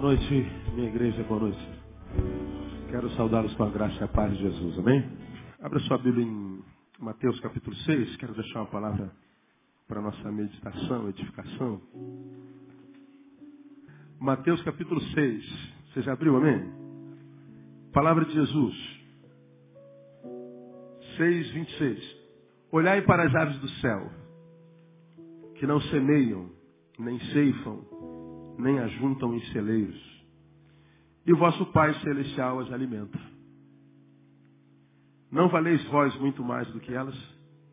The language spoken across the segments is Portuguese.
noite, minha igreja, boa noite. Quero saudá-los com a graça e a paz de Jesus, amém? Abra sua Bíblia em Mateus capítulo 6, quero deixar uma palavra para a nossa meditação, edificação. Mateus capítulo 6, você já abriu, amém? Palavra de Jesus, 6:26. Olhai para as aves do céu, que não semeiam, nem ceifam, nem ajuntam em celeiros, e o vosso Pai Celestial as alimenta. Não valeis vós muito mais do que elas?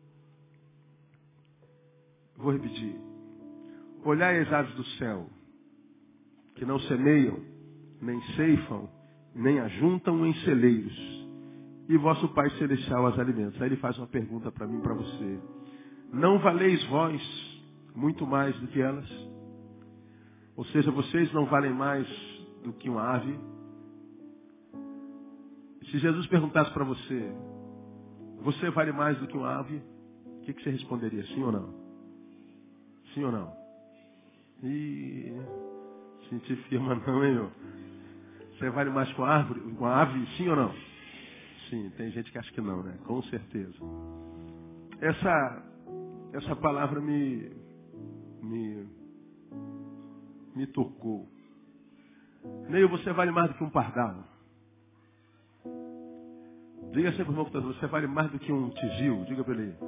Vou repetir. Olhai as aves do céu, que não semeiam, nem ceifam, nem ajuntam em celeiros, e vosso Pai Celestial as alimenta. Aí ele faz uma pergunta para mim e para você. Não valeis vós muito mais do que elas? Ou seja, vocês não valem mais do que uma ave? Se Jesus perguntasse para você, você vale mais do que uma ave? O que você responderia? Sim ou não? Sim ou não? Ih, senti firma não, hein, meu? Você vale mais que uma árvore, uma ave? Sim ou não? Sim, tem gente que acha que não, né? Com certeza. Essa palavra me tocou. Neil, você vale mais do que um pardal. Diga sempre para o irmão, você vale mais do que um tigil. Diga para ele aí.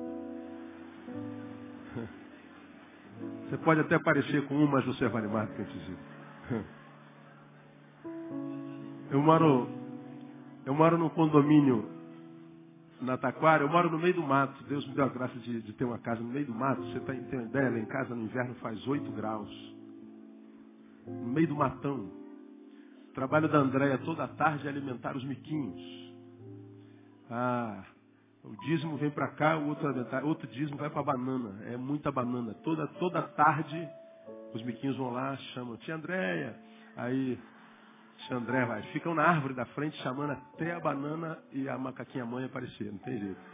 Você pode até parecer com um, mas você vale mais do que um tigil. Eu moro num condomínio na Taquara, eu moro no meio do mato. Deus me deu a graça de ter uma casa no meio do mato. Você tem uma ideia? Lá em casa no inverno faz 8 graus. No meio do matão. O trabalho da Andréia toda tarde é alimentar os miquinhos. O dízimo vem para cá, o outro dízimo vai para a banana. É muita banana. Toda tarde os miquinhos vão lá, chamam tia Andréia. Aí tia Andréia vai. Ficam na árvore da frente chamando até a banana e a macaquinha mãe aparecer. Não tem jeito.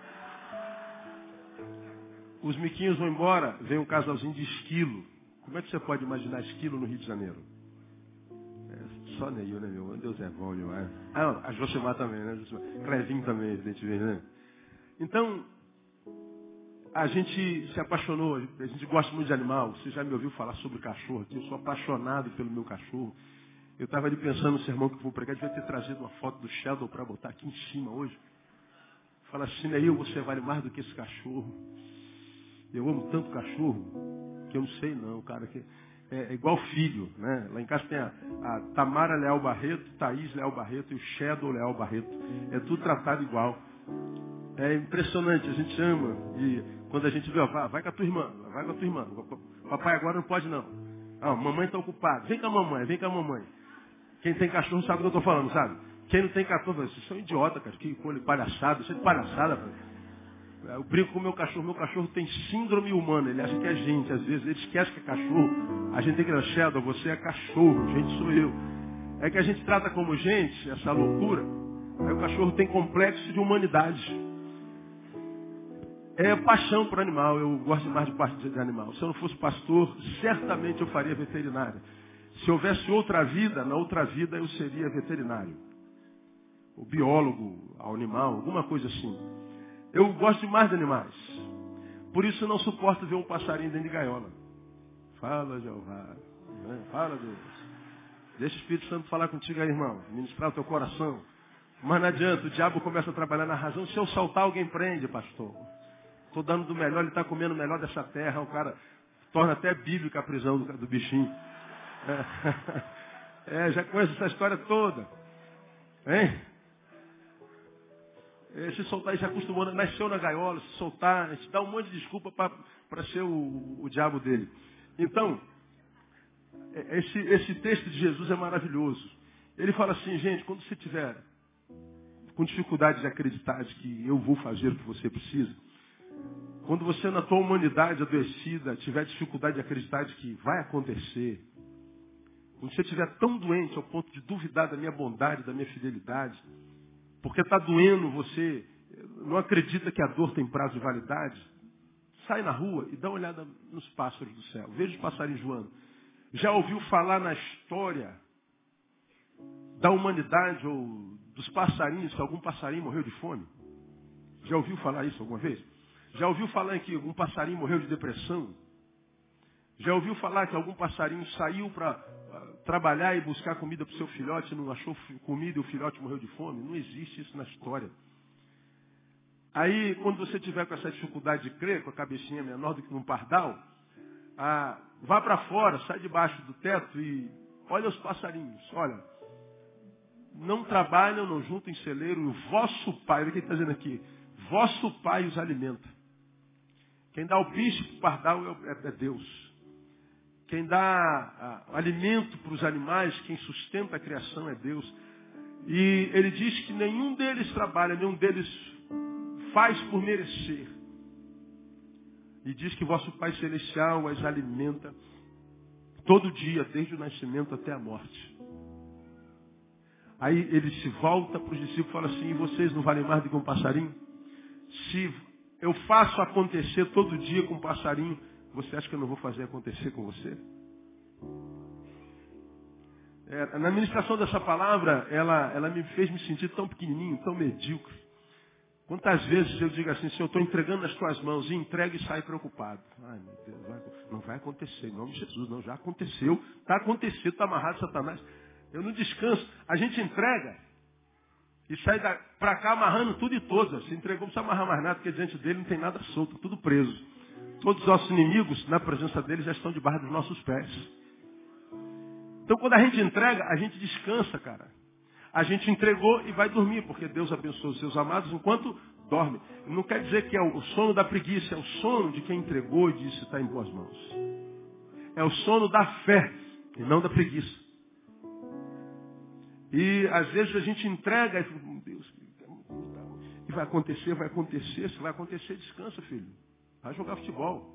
Os miquinhos vão embora, vem um casalzinho de esquilo. Como é que você pode imaginar esquilo no Rio de Janeiro? Só Neil, né, meu? Deus é bom demais. A Josemar também, né? Clevinho também, evidentemente, né? Então, a gente se apaixonou, a gente gosta muito de animal. Você já me ouviu falar sobre cachorro aqui? Eu sou apaixonado pelo meu cachorro. Eu estava ali pensando no sermão que eu vou pregar, devia ter trazido uma foto do Shadow para botar aqui em cima hoje. Fala assim, Neil, você vale mais do que esse cachorro. Eu amo tanto cachorro que eu não sei não, cara, que é igual filho, né? Lá em casa tem a Tamara Leal Barreto, Thaís Leal Barreto e o Shadow Leal Barreto. É tudo tratado igual. É impressionante, a gente ama. E quando a gente vê, vai com a tua irmã, vai com a tua irmã. Papai agora não pode não. Mamãe está ocupada. Vem com a mamãe, vem com a mamãe. Quem tem cachorro sabe do que eu estou falando, sabe? Quem não tem cachorro, vocês são idiotas, cara. Que palhaçada, isso é de palhaçada, cara. Eu brinco com o meu cachorro tem síndrome humana, ele acha que é gente, às vezes ele esquece que é cachorro. A gente tem que dizer, Shadow, você é cachorro, gente sou eu. É que a gente trata como gente, essa loucura, aí o cachorro tem complexo de humanidade. É paixão por animal, eu gosto demais de animal. Se eu não fosse pastor, certamente eu faria veterinária. Se houvesse outra vida, na outra vida eu seria veterinário. O biólogo, animal, alguma coisa assim. Eu gosto demais de animais. Por isso eu não suporto ver um passarinho dentro de gaiola. Fala, Jeová. Fala, Deus. Deixa o Espírito Santo falar contigo aí, irmão. Ministrar o teu coração. Mas não adianta, o diabo começa a trabalhar na razão. Se eu soltar, alguém prende, pastor. Estou dando do melhor, ele está comendo o melhor dessa terra. O cara torna até bíblica a prisão do bichinho. Já conheço essa história toda. Hein? Se soltar, ele se acostumou, nasceu na gaiola, se soltar, a gente dá um monte de desculpa para ser o diabo dele. Então, esse texto de Jesus é maravilhoso. Ele fala assim, gente, quando você tiver com dificuldade de acreditar de que eu vou fazer o que você precisa, quando você na tua humanidade adoecida tiver dificuldade de acreditar de que vai acontecer, quando você estiver tão doente ao ponto de duvidar da minha bondade, da minha fidelidade, porque está doendo, você não acredita que a dor tem prazo de validade, sai na rua e dá uma olhada nos pássaros do céu. Veja os passarinhos voando. Já ouviu falar na história da humanidade ou dos passarinhos, se algum passarinho morreu de fome? Já ouviu falar isso alguma vez? Já ouviu falar que algum passarinho morreu de depressão? Já ouviu falar que algum passarinho saiu para trabalhar e buscar comida para o seu filhote, não achou comida e o filhote morreu de fome? Não existe isso na história. Aí, quando você tiver com essa dificuldade de crer, com a cabecinha menor do que um pardal, vá para fora, sai debaixo do teto e olha os passarinhos. Olha, não trabalham, não juntam em celeiro, e o vosso pai, olha o que ele está dizendo aqui, vosso pai os alimenta. Quem dá o bicho para o pardal é Deus. Quem dá alimento para os animais, quem sustenta a criação é Deus. E ele diz que nenhum deles trabalha, nenhum deles faz por merecer. E diz que vosso Pai Celestial as alimenta todo dia, desde o nascimento até a morte. Aí ele se volta para os discípulos e fala assim, e vocês não valem mais do que um passarinho? Se eu faço acontecer todo dia com um passarinho, você acha que eu não vou fazer acontecer com você? Na ministração dessa palavra, ela me fez me sentir tão pequenininho, tão medíocre. Quantas vezes eu digo assim, Senhor, eu estou entregando nas tuas mãos, e entrega e sai preocupado. Ai, meu Deus, não vai acontecer, em nome de Jesus, não, já aconteceu, está acontecendo, está amarrado, Satanás. Eu não descanso. A gente entrega e sai para cá amarrando tudo e todos. Se entregou, não precisa amarrar mais nada, porque diante dele não tem nada solto, tudo preso. Todos os nossos inimigos, na presença deles, já estão debaixo dos nossos pés. Então, quando a gente entrega, a gente descansa, cara. A gente entregou e vai dormir, porque Deus abençoa os seus amados enquanto dorme. Não quer dizer que é o sono da preguiça, é o sono de quem entregou e disse está em boas mãos. É o sono da fé e não da preguiça. E às vezes a gente entrega e fala, meu Deus, e vai acontecer, se vai acontecer, descansa, filho. Vai jogar futebol.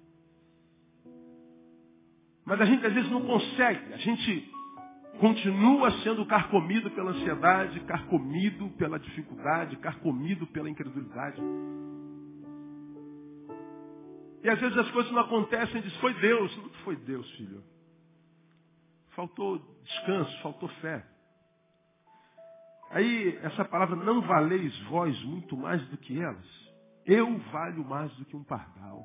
Mas a gente às vezes não consegue, a gente continua sendo carcomido pela ansiedade, carcomido pela dificuldade, carcomido pela incredulidade. E às vezes as coisas não acontecem e diz, foi Deus. Não foi Deus, filho. Faltou descanso, faltou fé. Aí essa palavra, não valeis vós muito mais do que elas. Eu valho mais do que um pardal.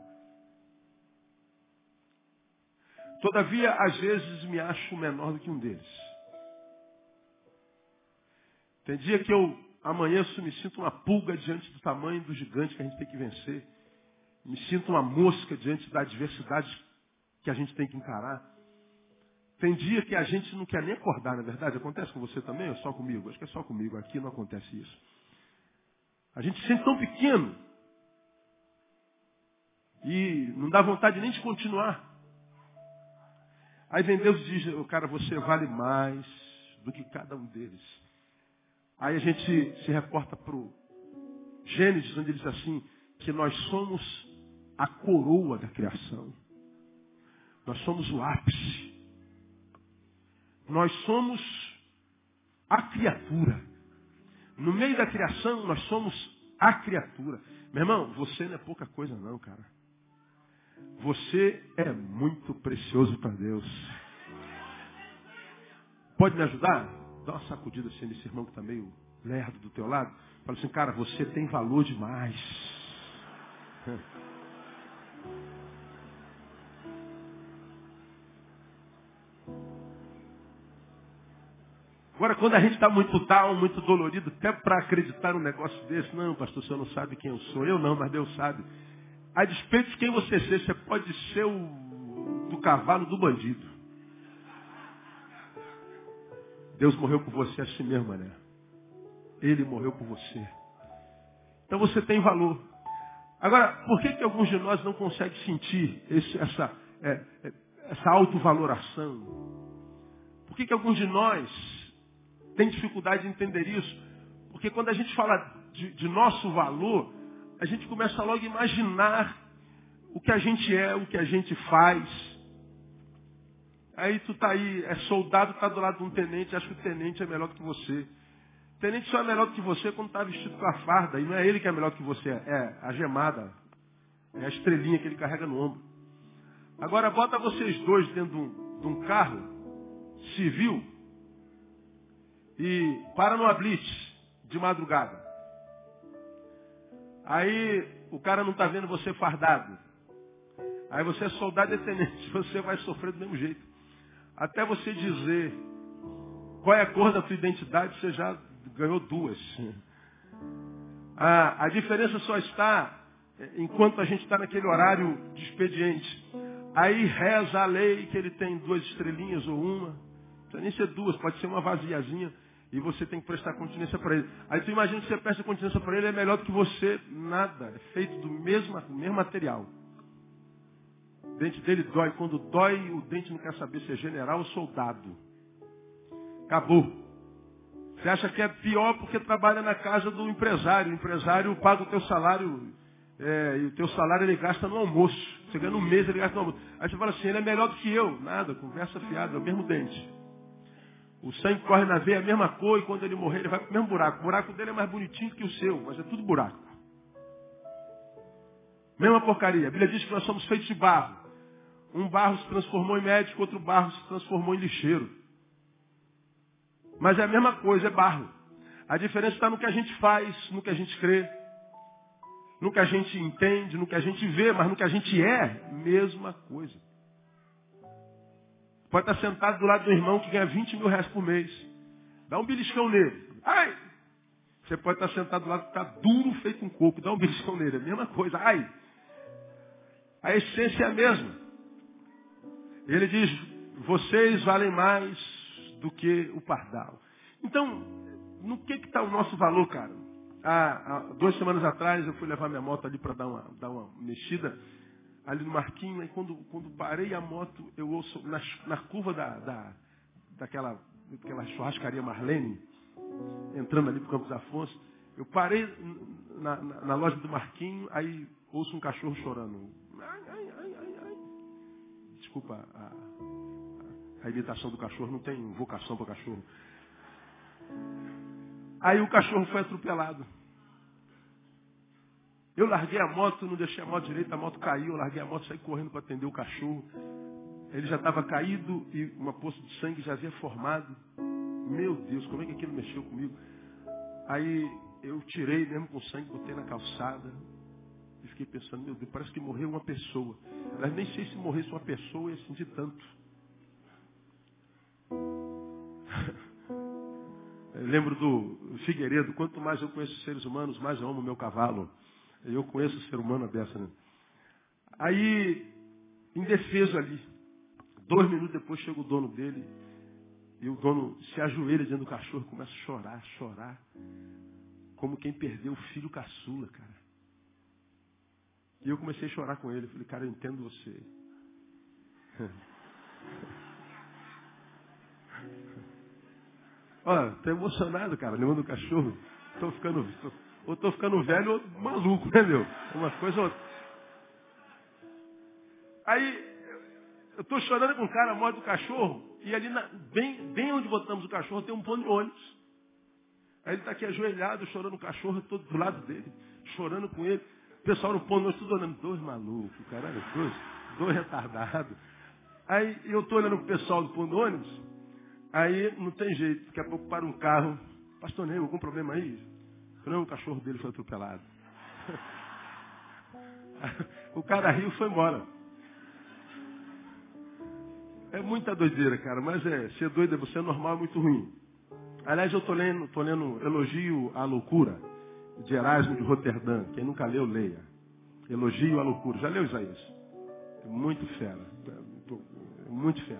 Todavia, às vezes me acho menor do que um deles. Tem dia que eu amanheço, me sinto uma pulga diante do tamanho do gigante que a gente tem que vencer. Me sinto uma mosca diante da adversidade que a gente tem que encarar. Tem dia que a gente não quer nem acordar, na verdade. Acontece com você também ou só comigo? Acho que é só comigo. Aqui não acontece isso. A gente se sente tão pequeno. E não dá vontade nem de continuar. Aí vem Deus e diz, cara, você vale mais do que cada um deles. Aí a gente se reporta para o Gênesis, onde ele diz assim, que nós somos a coroa da criação. Nós somos o ápice. Nós somos a criatura. No meio da criação, nós somos a criatura. Meu irmão, você não é pouca coisa não, cara. Você é muito precioso para Deus. Pode me ajudar? Dá uma sacudida assim nesse irmão que está meio lerdo do teu lado. Fala assim, cara, você tem valor demais. Agora, quando a gente está muito down, muito dolorido, até para acreditar num negócio desse, não, pastor, você não sabe quem eu sou. Eu não, mas Deus sabe. A despeito de quem você seja, você pode ser o do cavalo do bandido. Deus morreu por você assim mesmo, mané. Ele morreu por você. Então você tem valor. Agora, por que alguns de nós não conseguem sentir essa autovaloração? Por que alguns de nós têm dificuldade de entender isso? Porque quando a gente fala de nosso valor, a gente começa logo a imaginar o que a gente é, o que a gente faz. Aí tu tá aí, é soldado, tá do lado de um tenente, acha que o tenente é melhor do que você. O tenente só é melhor do que você quando está vestido com a farda. E não é ele que é melhor do que você, é a gemada. É a estrelinha que ele carrega no ombro. Agora bota vocês dois dentro de um carro civil e para numa blitz de madrugada. Aí o cara não está vendo você fardado. Aí você é soldado e tenente, você vai sofrer do mesmo jeito. Até você dizer qual é a cor da tua identidade, você já ganhou duas. A diferença só está enquanto a gente está naquele horário de expediente. Aí reza a lei que ele tem 2 estrelinhas ou uma. Não precisa nem ser 2, pode ser uma vaziazinha. E você tem que prestar continência para ele. Aí tu imagina que você presta continência para ele, é melhor do que você. Nada. É feito do mesmo material. O dente dele dói. Quando dói, o dente não quer saber se é general ou soldado. Acabou. Você acha que é pior porque trabalha na casa do empresário. O empresário paga o teu salário. E o teu salário ele gasta no almoço. Você ganha no mês, ele gasta no almoço. Aí você fala assim, ele é melhor do que eu. Nada, conversa fiada, é o mesmo dente. O sangue corre na veia, a mesma cor, e quando ele morrer, ele vai para o mesmo buraco. O buraco dele é mais bonitinho que o seu, mas é tudo buraco. Mesma porcaria. A Bíblia diz que nós somos feitos de barro. Um barro se transformou em médico, outro barro se transformou em lixeiro. Mas é a mesma coisa, é barro. A diferença está no que a gente faz, no que a gente crê, no que a gente entende, no que a gente vê, mas no que a gente é, mesma coisa. Pode estar sentado do lado do irmão que ganha 20 mil reais por mês. Dá um beliscão nele. Ai! Você pode estar sentado do lado que está duro, feito um coco. Dá um beliscão nele. É a mesma coisa. Ai! A essência é a mesma. Ele diz, vocês valem mais do que o pardal. Então, no que está o nosso valor, cara? Há 2 semanas atrás eu fui levar minha moto ali para dar uma mexida ali no Marquinho, aí quando parei a moto, eu ouço na curva daquela churrascaria Marlene, entrando ali para o Campos Afonso, eu parei na loja do Marquinho, aí ouço um cachorro chorando. Ai, ai, ai, ai, ai. Desculpa a imitação do cachorro, não tem vocação para cachorro. Aí o cachorro foi atropelado. Eu larguei a moto, não deixei a moto direita, a moto caiu, eu larguei a moto, saí correndo para atender o cachorro. Ele já estava caído e uma poça de sangue já havia formado. Meu Deus, como é que aquilo mexeu comigo? Aí eu tirei mesmo com sangue, botei na calçada e fiquei pensando, meu Deus, parece que morreu uma pessoa. Mas nem sei se morresse uma pessoa, eu ia sentir tanto. Eu lembro do Figueiredo, quanto mais eu conheço seres humanos, mais eu amo o meu cavalo. Eu conheço o ser humano dessa, né? Aí, indefeso ali, 2 minutos depois chega o dono dele, e o dono se ajoelha diante do cachorro, começa a chorar, como quem perdeu o filho caçula, cara. E eu comecei a chorar com ele, falei, cara, eu entendo você. Ó, tô emocionado, cara, lembrando do cachorro. Tô ficando velho ou maluco, né, meu? Uma coisa ou outra. Aí, eu tô chorando com o cara, a morte do cachorro, e ali, bem onde botamos o cachorro, tem um ponto de ônibus. Aí ele tá aqui ajoelhado, chorando o cachorro, todo do lado dele, chorando com ele. O pessoal no ponto de ônibus, tudo olhando, 2 malucos, caralho, 2 retardados. Aí eu tô olhando pro pessoal do ponto de ônibus, aí não tem jeito, daqui a pouco para um carro. Pastor Ney, algum problema aí? Não, o cachorro dele foi atropelado. O cara riu e foi embora. É muita doideira, cara, mas ser doido, você é normal, é muito ruim. Aliás, eu tô lendo Elogio à Loucura, de Erasmo de Roterdã. Quem nunca leu, leia. Elogio à Loucura. Já leu, Isaías? É muito fera. É muito fera.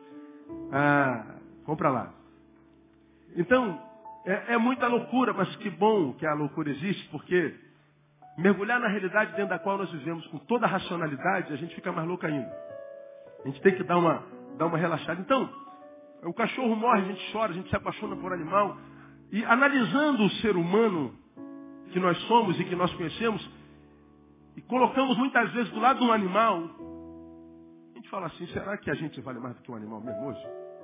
Vamos para lá. Então, é muita loucura, mas que bom que a loucura existe, porque mergulhar na realidade dentro da qual nós vivemos com toda a racionalidade, a gente fica mais louco ainda. A gente tem que dar uma relaxada. Então, o cachorro morre, a gente chora, a gente se apaixona por animal. E analisando o ser humano que nós somos e que nós conhecemos, e colocamos muitas vezes do lado de um animal, a gente fala assim, será que a gente vale mais do que um animal mesmo hoje?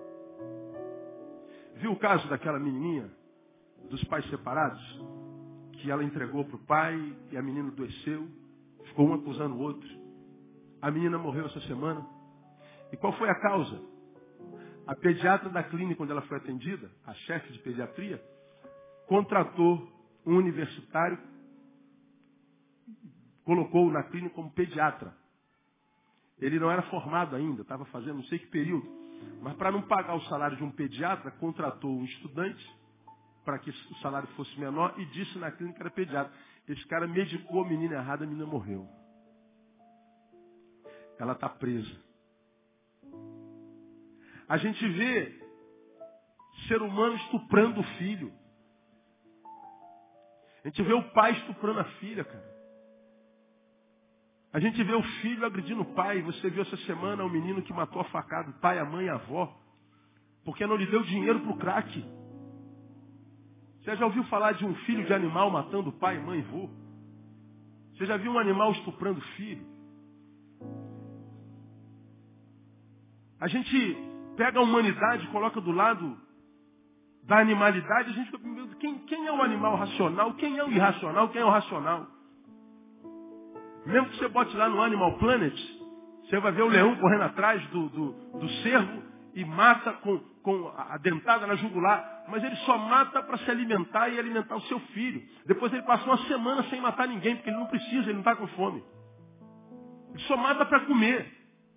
Viu o caso daquela menininha, dos pais separados, que ela entregou para o pai e a menina adoeceu, ficou um acusando o outro. A menina morreu essa semana. E qual foi a causa? A pediatra da clínica onde ela foi atendida, a chefe de pediatria, contratou um universitário, colocou-o na clínica como pediatra. Ele não era formado ainda, estava fazendo não sei que período. Mas para não pagar o salário de um pediatra, contratou um estudante para que o salário fosse menor e disse na clínica que era pediatra. Esse cara medicou a menina errada, a menina morreu. Ela está presa. A gente vê ser humano estuprando o filho. A gente vê o pai estuprando a filha, cara. A gente vê o filho agredindo o pai. Você viu essa semana o menino que matou a facada o pai, a mãe e a avó. Porque não lhe deu dinheiro para o crack. Você já ouviu falar de um filho de animal matando pai, mãe e vô? Você já viu um animal estuprando o filho? A gente pega a humanidade e coloca do lado da animalidade. A gente fica perguntando quem é o animal racional, quem é o irracional, quem é o racional. Mesmo que você bote lá no Animal Planet, você vai ver o leão correndo atrás do cervo e mata com a dentada na jugular. Mas ele só mata para se alimentar e alimentar o seu filho. Depois ele passa uma semana sem matar ninguém, porque ele não precisa, ele não está com fome. Ele só mata para comer.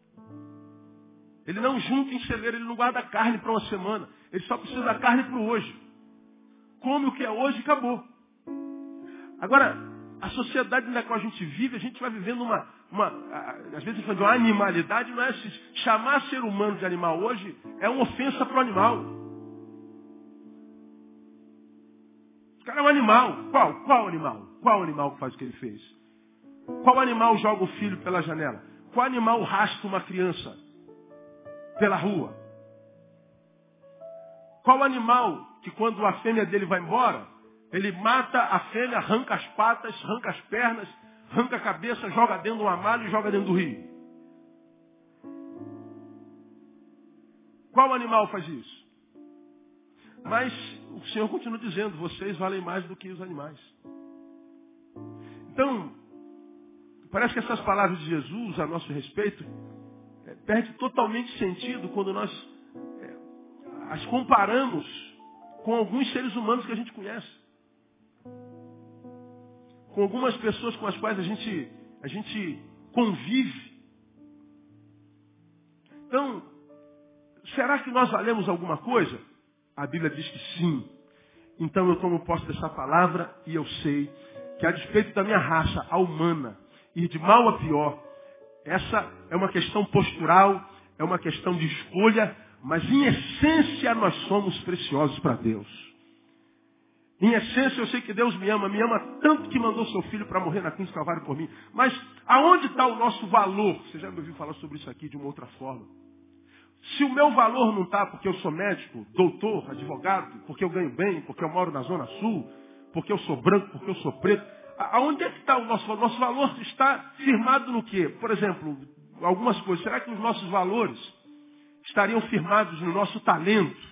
Ele não junta em celeiro, ele não guarda carne para uma semana. Ele só precisa da carne para o hoje. Come o que é hoje e acabou. Agora, a sociedade na qual a gente vive, a gente vai vivendo às vezes a gente fala de uma animalidade, não é chamar ser humano de animal hoje é uma ofensa para o animal. O cara é um animal. Qual animal? Qual animal que faz o que ele fez? Qual animal joga o filho pela janela? Qual animal arrasta uma criança pela rua? Qual animal que quando a fêmea dele vai embora, ele mata a fêmea, arranca as patas, arranca as pernas, arranca a cabeça, joga dentro de uma malha e joga dentro do rio? Qual animal faz isso? Mas o Senhor continua dizendo, vocês valem mais do que os animais. Então, parece que essas palavras de Jesus a nosso respeito perde totalmente sentido quando nós as comparamos com alguns seres humanos que a gente conhece. Com algumas pessoas com as quais a gente convive. Então, será que nós valemos alguma coisa? A Bíblia diz que sim. Então eu tomo posse dessa palavra e eu sei que a despeito da minha raça, a humana, ir de mal a pior, essa é uma questão postural, é uma questão de escolha, mas em essência nós somos preciosos para Deus. Em essência, eu sei que Deus me ama tanto que mandou seu filho para morrer na cruz do Calvário por mim. Mas aonde está o nosso valor? Você já me ouviu falar sobre isso aqui de uma outra forma. Se o meu valor não está porque eu sou médico, doutor, advogado, porque eu ganho bem, porque eu moro na Zona Sul, porque eu sou branco, porque eu sou preto, aonde é que está o nosso valor? Nosso valor está firmado no quê? Por exemplo, algumas coisas. Será que os nossos valores estariam firmados no nosso talento?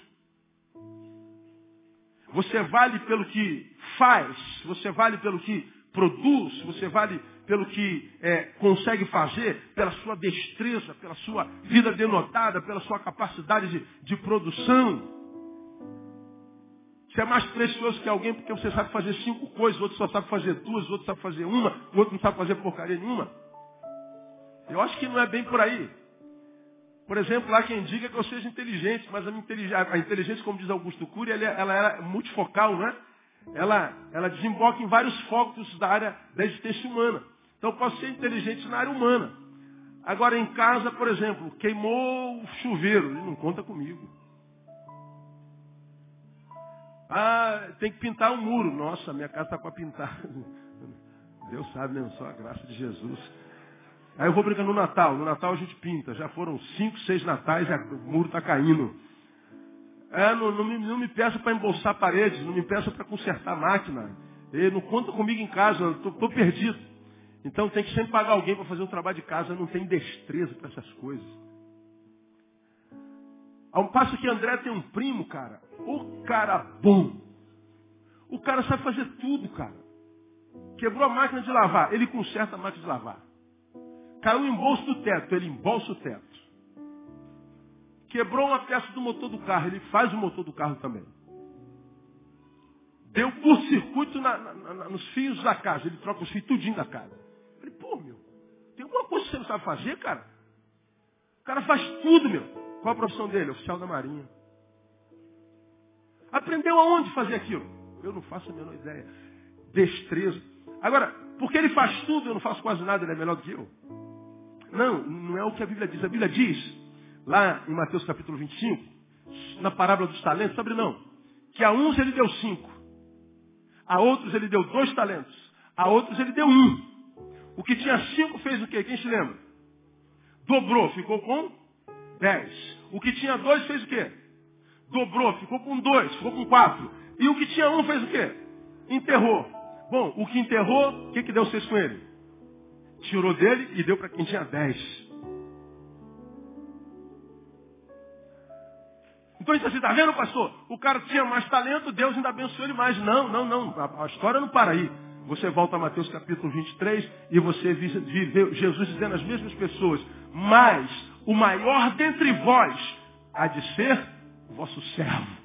Você vale pelo que faz, você vale pelo que produz, você vale pelo que consegue fazer, pela sua destreza, pela sua vida denotada, pela sua capacidade de produção. Você é mais precioso que alguém porque você sabe fazer 5 coisas, o outro só sabe fazer 2, o outro sabe fazer uma, o outro não sabe fazer porcaria nenhuma. Eu acho que não é bem por aí. Por exemplo, há quem diga que eu seja inteligente, mas a inteligência, como diz Augusto Cury, ela é multifocal, né? Ela desemboca em vários focos da área da existência humana. Então eu posso ser inteligente na área humana. Agora em casa, por exemplo, queimou o chuveiro, ele não conta comigo. Ah, tem que pintar o muro. Nossa, minha casa está para pintar. Deus sabe, né? Só a graça de Jesus. Aí eu vou brincar no Natal. No Natal a gente pinta. Já foram 5, 6 natais e o muro está caindo. Não me peça para embolsar paredes. Não me peça para consertar a máquina. Ele não conta comigo em casa. Eu estou perdido. Então tem que sempre pagar alguém para fazer um trabalho de casa. Eu não tenho destreza para essas coisas. Ao passo que André tem um primo, cara. O cara bom. O cara sabe fazer tudo, cara. Quebrou a máquina de lavar. Ele conserta a máquina de lavar. Caiu o embolso do teto, ele embolsa o teto. Quebrou uma peça do motor do carro. Ele faz o motor do carro também. Deu curto-circuito nos fios da casa. Ele troca os fios tudinho da casa. Eu falei, pô, meu, tem alguma coisa que você não sabe fazer, cara? O cara faz tudo, meu. Qual a profissão dele? Oficial da Marinha. Aprendeu aonde fazer aquilo? Eu não faço a menor ideia. Destreza. Agora, porque ele faz tudo, eu não faço quase nada, ele é melhor do que eu. Não, não é o que a Bíblia diz. A Bíblia diz, lá em Mateus capítulo 25, na parábola dos talentos, sabe não? Que a uns ele deu 5, a outros ele deu 2 talentos, a outros ele deu 1. O que tinha 5 fez o quê? Quem se lembra? Dobrou, ficou com 10. O que tinha 2 fez o quê? Dobrou, ficou com 2, ficou com 4. E o que tinha 1 fez o quê? Enterrou. Bom, o que enterrou, o que Deus fez com ele? Tirou dele e deu para quem tinha 10. Então você está vendo, pastor? O cara tinha mais talento, Deus ainda abençoou ele mais. Não. A história não para aí. Você volta a Mateus capítulo 23 e você vê Jesus dizendo às mesmas pessoas, mas o maior dentre vós há de ser o vosso servo.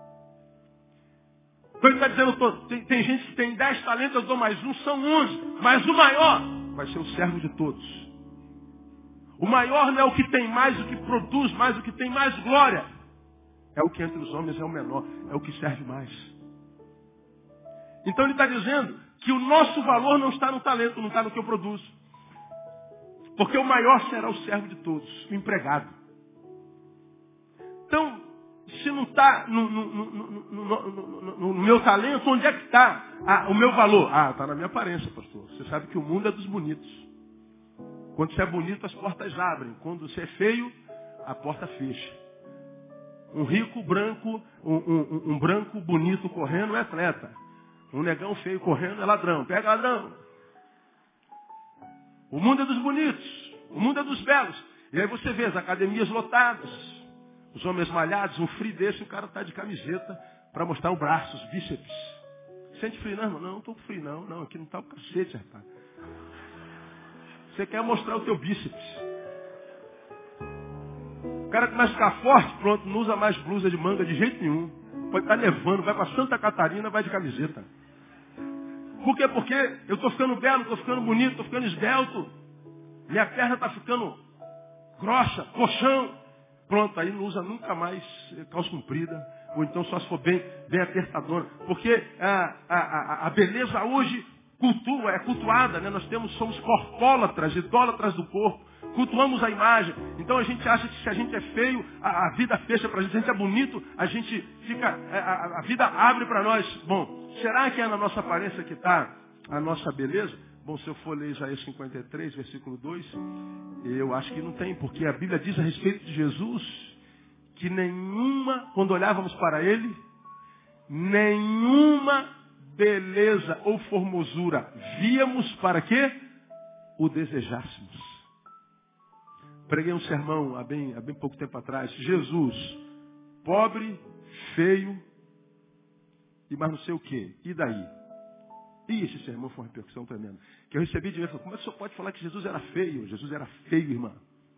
Então ele está dizendo, tem gente que tem 10 talentos, eu dou mais 1, são 11. Mas o maior vai ser o servo de todos. O maior não é o que tem mais, o que produz mais, o que tem mais glória. É o que entre os homens é o menor, é o que serve mais. Então ele está dizendo que o nosso valor não está no talento, não está no que eu produzo. Porque o maior será o servo de todos, o empregado. Então, se não está no meu talento, onde é que está o meu valor? Está na minha aparência, pastor. Você sabe que o mundo é dos bonitos. Quando você é bonito, as portas abrem. Quando você é feio, a porta fecha. Um rico branco, um branco bonito correndo é atleta. Um negão feio correndo é ladrão. Pega ladrão. O mundo é dos bonitos. O mundo é dos belos. E aí você vê as academias lotadas. Os homens malhados, um frio desse, o cara está de camiseta para mostrar o braço, os bíceps. Sente frio não, irmão? Não estou com frio não. Não, aqui não está o cacete, rapaz. Você quer mostrar o teu bíceps. O cara começa a ficar forte, pronto, não usa mais blusa de manga de jeito nenhum. Pode estar nevando, vai para Santa Catarina, vai de camiseta. Por quê? Porque eu estou ficando belo, estou ficando bonito, estou ficando esbelto. Minha perna está ficando grossa, colchão. Pronto, aí não usa nunca mais calça comprida. Ou então só se for bem apertadona. Porque a beleza hoje é cultuada, né? Somos corpólatras, idólatras do corpo. Cultuamos a imagem. Então a gente acha que se a gente é feio, a vida fecha para a gente. Se a gente é bonito, a gente fica. A vida abre para nós. Bom, será que é na nossa aparência que está a nossa beleza? Bom, se eu for ler Isaías 53, versículo 2, eu acho que não tem, porque a Bíblia diz a respeito de Jesus que quando olhávamos para ele, nenhuma beleza ou formosura víamos para que o desejássemos. Preguei um sermão há bem pouco tempo atrás. Jesus, pobre, feio e mais não sei o quê. E daí? E esse sermão foi uma repercussão tremenda. Que eu recebi de mim, como é que o senhor pode falar que Jesus era feio? Jesus era feio, irmã.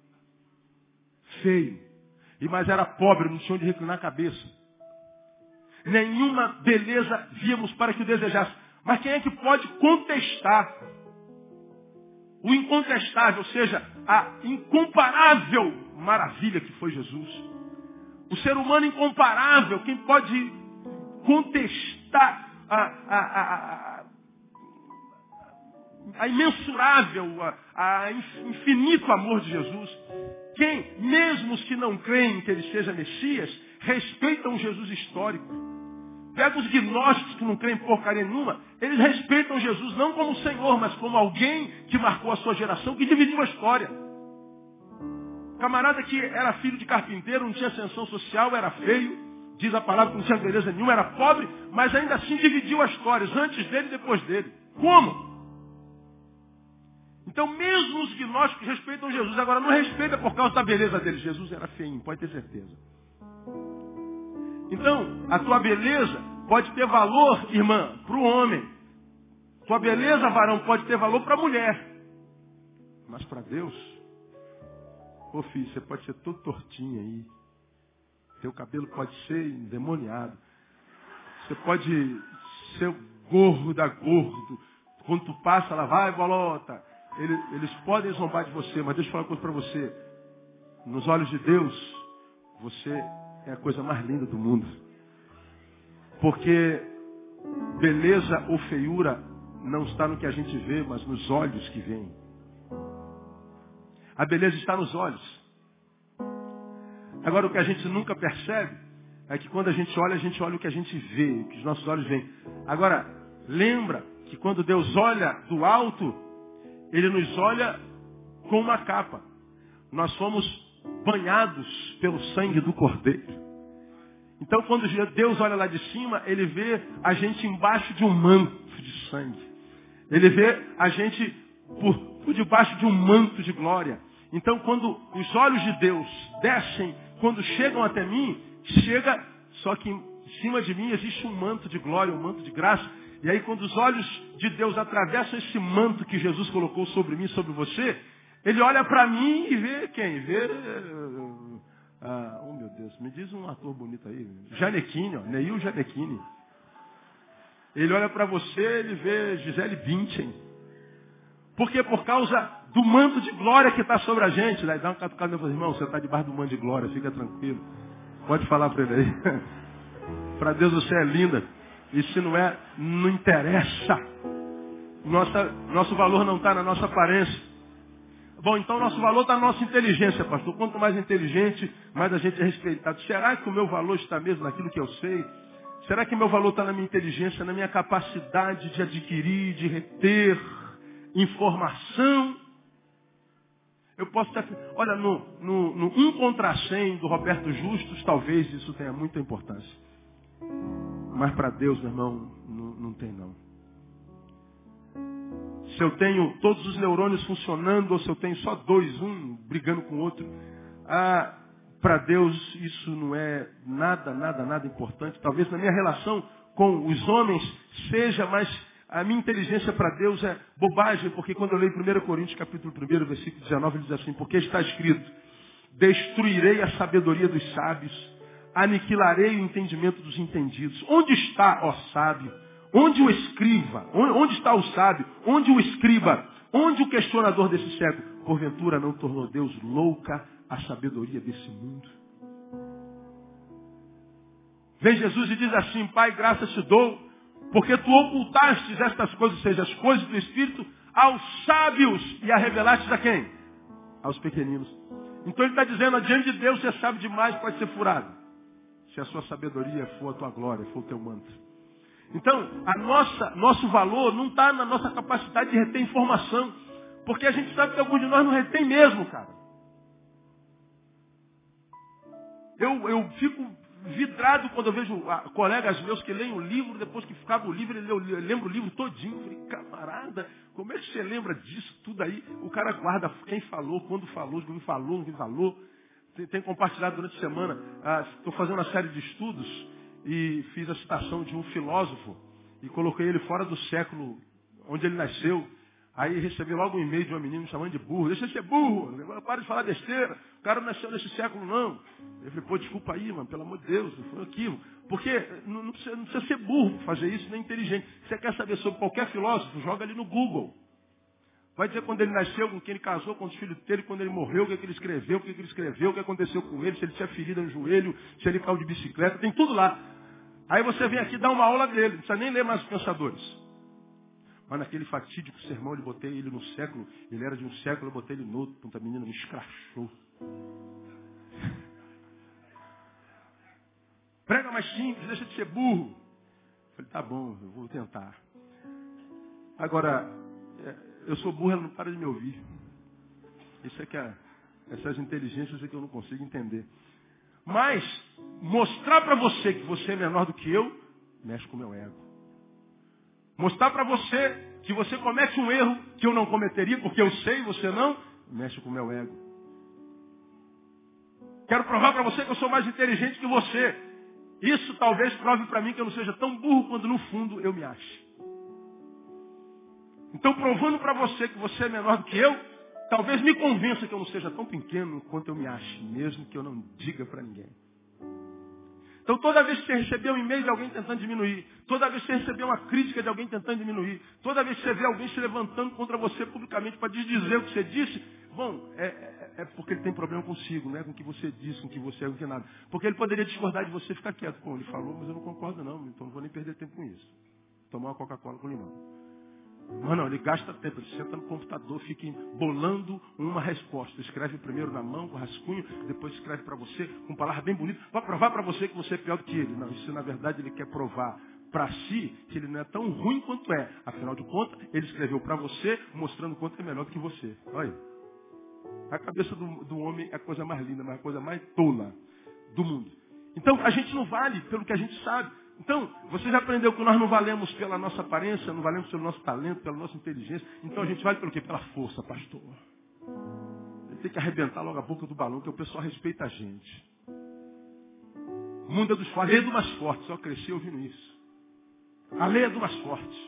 Feio. Mas era pobre, não tinha onde reclinar a cabeça. Nenhuma beleza víamos para que o desejasse. Mas quem é que pode contestar o incontestável, ou seja, a incomparável maravilha que foi Jesus? O ser humano incomparável, quem pode contestar a imensurável, a infinito amor de Jesus? Quem, mesmo os que não creem que ele seja Messias, respeitam Jesus histórico. Pega os gnósticos que não creem porcaria nenhuma, eles respeitam Jesus não como Senhor, mas como alguém que marcou a sua geração, que dividiu a história. Camarada que era filho de carpinteiro, não tinha ascensão social, era feio, diz a palavra que não tinha beleza nenhuma, era pobre, mas ainda assim dividiu as histórias, antes dele e depois dele. Como? Então, mesmo os gnósticos respeitam Jesus. Agora, não respeita por causa da beleza dele. Jesus era feinho, pode ter certeza. Então, a tua beleza pode ter valor, irmã, para o homem. Tua beleza, varão, pode ter valor para a mulher. Mas para Deus, ô filho, você pode ser todo tortinho aí. Teu cabelo pode ser endemoniado. Você pode ser gordo da gordo. Quando tu passa, lá vai, bolota. Eles podem zombar de você, mas deixa eu falar uma coisa para você. Nos olhos de Deus, você é a coisa mais linda do mundo. Porque beleza ou feiura não está no que a gente vê, mas nos olhos que veem. A beleza está nos olhos. Agora, o que a gente nunca percebe é que quando a gente olha o que a gente vê, o que os nossos olhos veem. Agora, lembra que quando Deus olha do alto, Ele nos olha com uma capa. Nós somos banhados pelo sangue do Cordeiro. Então, quando Deus olha lá de cima, Ele vê a gente embaixo de um manto de sangue. Ele vê a gente por debaixo de um manto de glória. Então, quando os olhos de Deus descem, quando chegam até mim, chega, só que em cima de mim existe um manto de glória, um manto de graça. E aí, quando os olhos de Deus atravessam esse manto que Jesus colocou sobre mim, sobre você, Ele olha para mim e vê quem? Vê... oh, meu Deus, me diz um ator bonito aí. Janequine, Neil Janequine. Ele olha para você, ele vê Gisele Bündchen. Por quê? Por causa do manto de glória que está sobre a gente. Daí dá uma catucada no meu irmão, você está debaixo do manto de glória, fica tranquilo. Pode falar para ele aí. Para Deus você é linda. E se não é, não interessa. Nosso valor não está na nossa aparência. Bom, então nosso valor está na nossa inteligência, pastor. Quanto mais inteligente, mais a gente é respeitado. Será que o meu valor está mesmo naquilo que eu sei? Será que meu valor está na minha inteligência, na minha capacidade de adquirir, de reter informação? Eu posso estar... Olha, no 1 contra 100 do Roberto Justus, talvez isso tenha muita importância. Mas para Deus, meu irmão, não tem não. Se eu tenho todos os neurônios funcionando, ou se eu tenho só dois, um brigando com o outro, para Deus isso não é nada importante. Talvez na minha relação com os homens seja, mas a minha inteligência para Deus é bobagem, porque quando eu leio 1 Coríntios capítulo 1, versículo 19, ele diz assim, porque está escrito, destruirei a sabedoria dos sábios, aniquilarei o entendimento dos entendidos. Onde está, ó sábio? Onde o escriba? Onde está o sábio? Onde o escriba? Onde o questionador desse século? Porventura não tornou Deus louca a sabedoria desse mundo? Vem Jesus e diz assim, Pai, graças te dou, porque tu ocultastes estas coisas, ou seja, as coisas do Espírito, aos sábios e a revelaste a quem? Aos pequeninos. Então ele está dizendo, diante de Deus você sabe demais, pode ser furado. Se a sua sabedoria for a tua glória, for o teu manto. Então, nosso valor não está na nossa capacidade de reter informação. Porque a gente sabe que alguns de nós não retém mesmo, cara. Eu fico vidrado quando eu vejo colegas meus que leem o livro, depois que ficava o livro, ele lembra o livro todinho. Eu falei, camarada, como é que você lembra disso tudo aí? O cara guarda quem falou, quando falou, quem falou, quem falou. Tem compartilhado durante a semana. Estou fazendo uma série de estudos e fiz a citação de um filósofo e coloquei ele fora do século onde ele nasceu. Aí recebi logo um e-mail de uma menina me chamando de burro. Deixa de ser burro, para de falar besteira. O cara não nasceu nesse século, não. Eu falei, pô, desculpa aí, mano, pelo amor de Deus, foi um equívoco. Porque não precisa ser burro para fazer isso, nem inteligente. Você quer saber sobre qualquer filósofo, joga ali no Google. Vai dizer quando ele nasceu, com quem ele casou, quantos filhos teve, quando ele morreu, o que ele escreveu, o que ele escreveu, o que aconteceu com ele, se ele tinha ferida no joelho, se ele caiu de bicicleta, tem tudo lá. Aí você vem aqui dar uma aula dele, não precisa nem ler mais os pensadores. Mas naquele fatídico sermão, eu botei ele no século, ele era de um século, eu botei ele no outro, a menina me escrachou. Prega mais simples, deixa de ser burro. Eu falei, tá bom, eu vou tentar. Agora, eu sou burro, ela não para de me ouvir. Isso é que essas inteligências é que eu não consigo entender. Mas, mostrar para você que você é menor do que eu, mexe com o meu ego. Mostrar para você que você comete um erro que eu não cometeria, porque eu sei e você não, mexe com o meu ego. Quero provar para você que eu sou mais inteligente que você. Isso talvez prove para mim que eu não seja tão burro quando no fundo eu me ache. Então, provando para você que você é menor do que eu, talvez me convença que eu não seja tão pequeno quanto eu me ache, mesmo que eu não diga para ninguém. Então toda vez que você receber um e-mail de alguém tentando diminuir, toda vez que você receber uma crítica de alguém tentando diminuir, toda vez que você vê alguém se levantando contra você publicamente para desdizer o que você disse, bom, é porque ele tem problema consigo, não é com o que você disse, com o que você é, com o que nada. Porque ele poderia discordar de você e ficar quieto. Pô, ele falou, mas eu não concordo não, então não vou nem perder tempo com isso. Tomar uma Coca-Cola com limão. Mas não, ele gasta tempo, ele senta no computador, fica bolando uma resposta. Escreve primeiro na mão, com rascunho, depois escreve para você, com palavras bem bonitas, para provar para você que você é pior do que ele. Não, isso na verdade ele quer provar para si que ele não é tão ruim quanto é. Afinal de contas, ele escreveu para você, mostrando quanto é melhor do que você. Olha aí. A cabeça do homem é a coisa mais linda, mas a coisa mais tola do mundo. Então, a gente não vale pelo que a gente sabe. Então, você já aprendeu que nós não valemos pela nossa aparência, não valemos pelo nosso talento, pela nossa inteligência. Então a gente vale pelo quê? Pela força, pastor. Ele tem que arrebentar logo a boca do balão, que o pessoal respeita a gente. O mundo é dos fortes, a lei é do mais forte. Só cresci ouvindo isso. A lei é do mais forte.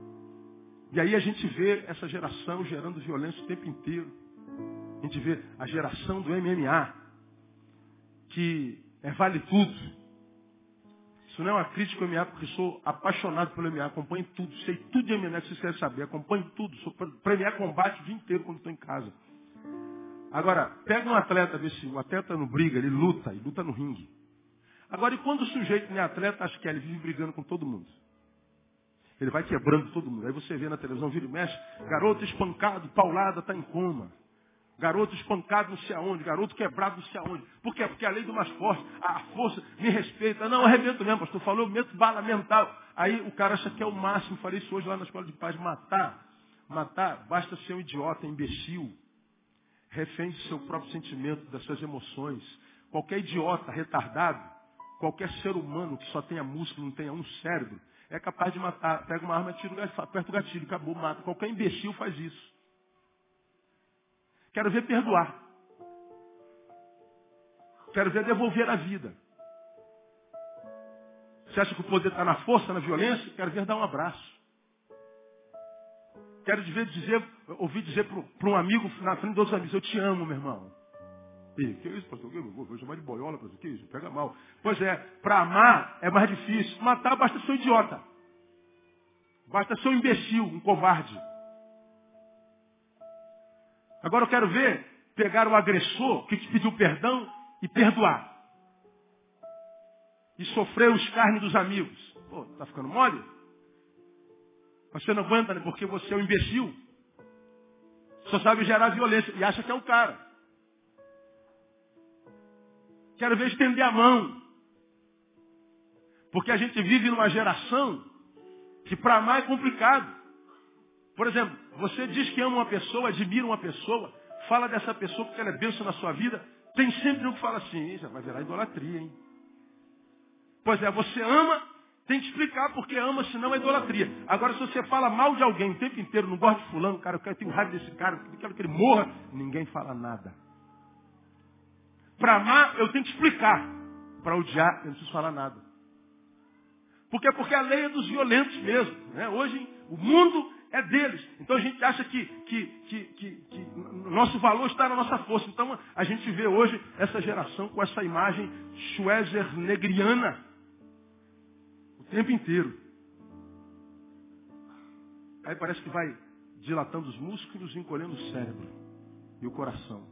E aí a gente vê essa geração gerando violência o tempo inteiro. A gente vê a geração do MMA, que vale tudo. Isso não é uma crítica ao MMA, porque sou apaixonado pelo MMA, acompanho tudo, sei tudo de MMA que vocês querem saber, acompanho tudo, sou para MMA combate o dia inteiro quando estou em casa. Agora, pega um atleta, vê se o atleta não briga, ele luta no ringue. Agora, e quando o sujeito não é atleta, acha que ele vive brigando com todo mundo? Ele vai quebrando todo mundo. Aí você vê na televisão, vira e mexe, garoto espancado, paulada, está em coma. Garoto espancado não sei aonde, garoto quebrado não sei aonde. Por quê? Porque a lei do mais forte, a força me respeita. Não, eu arrebento mesmo, pastor. Falou, eu meto bala mental. Aí o cara acha que é o máximo. Falei isso hoje lá na escola de paz. Matar, basta ser um idiota, imbecil. Refém do seu próprio sentimento, das suas emoções. Qualquer idiota, retardado, qualquer ser humano que só tenha músculo, não tenha um cérebro, é capaz de matar. Pega uma arma, tira, aperta o gatilho, acabou, mata. Qualquer imbecil faz isso. Quero ver perdoar. Quero ver devolver a vida. Você acha que o poder está na força, na violência? Quero ver dar um abraço. Quero ouvir dizer para um amigo, na frente de outros amigos, eu te amo, meu irmão. E, que isso, pastor? Eu vou chamar de boiola, pastor. Que isso? Pega mal. Pois é, para amar é mais difícil. Matar basta ser um idiota. Basta ser um imbecil, um covarde. Agora eu quero ver pegar o agressor que te pediu perdão e perdoar. E sofrer o escárnio dos amigos. Pô, tá ficando mole? Você não aguenta, né? Porque você é um imbecil. Só sabe gerar violência e acha que é o cara. Quero ver estender a mão. Porque a gente vive numa geração que para amar é complicado. Por exemplo, você diz que ama uma pessoa, admira uma pessoa, fala dessa pessoa porque ela é bênção na sua vida, tem sempre um que fala assim, já vai virar idolatria, hein? Pois é, você ama, tem que explicar porque ama, senão é idolatria. Agora, se você fala mal de alguém o tempo inteiro, não gosta de fulano, cara, eu tenho raiva desse cara, eu quero que ele morra, ninguém fala nada. Para amar, eu tenho que explicar. Para odiar, eu não preciso falar nada. Por quê? Porque a lei é dos violentos mesmo. Né? Hoje, o mundo é deles. Então a gente acha que nosso valor está na nossa força. Então a gente vê hoje essa geração com essa imagem schweizernegriana o tempo inteiro. Aí parece que vai dilatando os músculos e encolhendo o cérebro e o coração.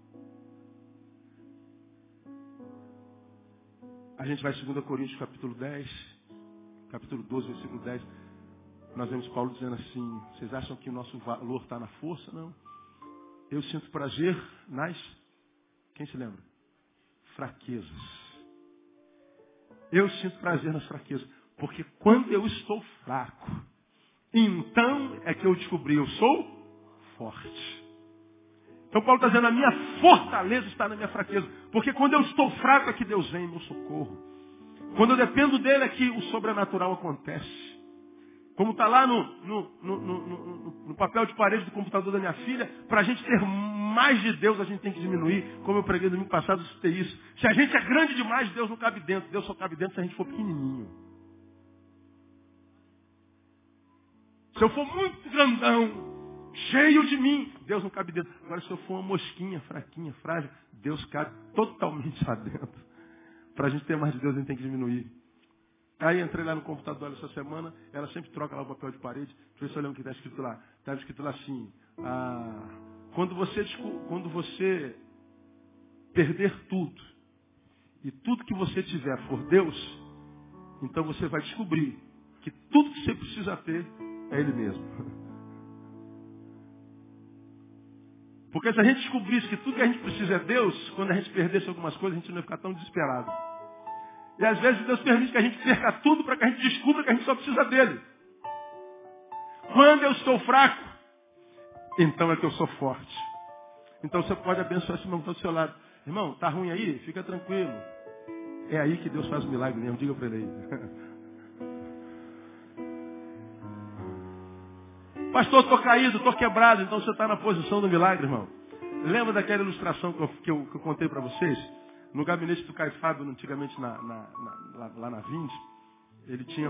A gente vai em 2 Coríntios capítulo 10, capítulo 12, versículo 10. Nós vemos Paulo dizendo assim, vocês acham que o nosso valor está na força? Não. Eu sinto prazer nas, quem se lembra? Fraquezas. Eu sinto prazer nas fraquezas. Porque quando eu estou fraco, então é que eu descobri, eu sou forte. Então Paulo está dizendo, a minha fortaleza está na minha fraqueza. Porque quando eu estou fraco é que Deus vem em meu socorro. Quando eu dependo dele é que o sobrenatural acontece. Como está lá no papel de parede do computador da minha filha, para a gente ter mais de Deus, a gente tem que diminuir. Como eu preguei no domingo passado, eu citei isso. Se a gente é grande demais, Deus não cabe dentro. Deus só cabe dentro se a gente for pequenininho. Se eu for muito grandão, cheio de mim, Deus não cabe dentro. Agora, se eu for uma mosquinha, fraquinha, frágil, Deus cabe totalmente lá dentro. Para a gente ter mais de Deus, a gente tem que diminuir. Aí entrei lá no computador essa semana, ela sempre troca lá o papel de parede. Deixa eu ver se eu lembro o que está escrito lá. Está escrito lá assim, quando você perder tudo, e tudo que você tiver for Deus, então você vai descobrir que tudo que você precisa ter é Ele mesmo. Porque se a gente descobrisse que tudo que a gente precisa é Deus, quando a gente perdesse algumas coisas, a gente não ia ficar tão desesperado. E às vezes Deus permite que a gente perca tudo para que a gente descubra que a gente só precisa dele. Quando eu estou fraco, então é que eu sou forte. Então você pode abençoar esse irmão que está do seu lado. Irmão, está ruim aí? Fica tranquilo. É aí que Deus faz o milagre mesmo. Diga para ele aí. Pastor, estou caído, estou quebrado. Então você está na posição do milagre, irmão. Lembra daquela ilustração que eu contei para vocês? No gabinete do Caio Fábio, antigamente lá na Vinde, ele tinha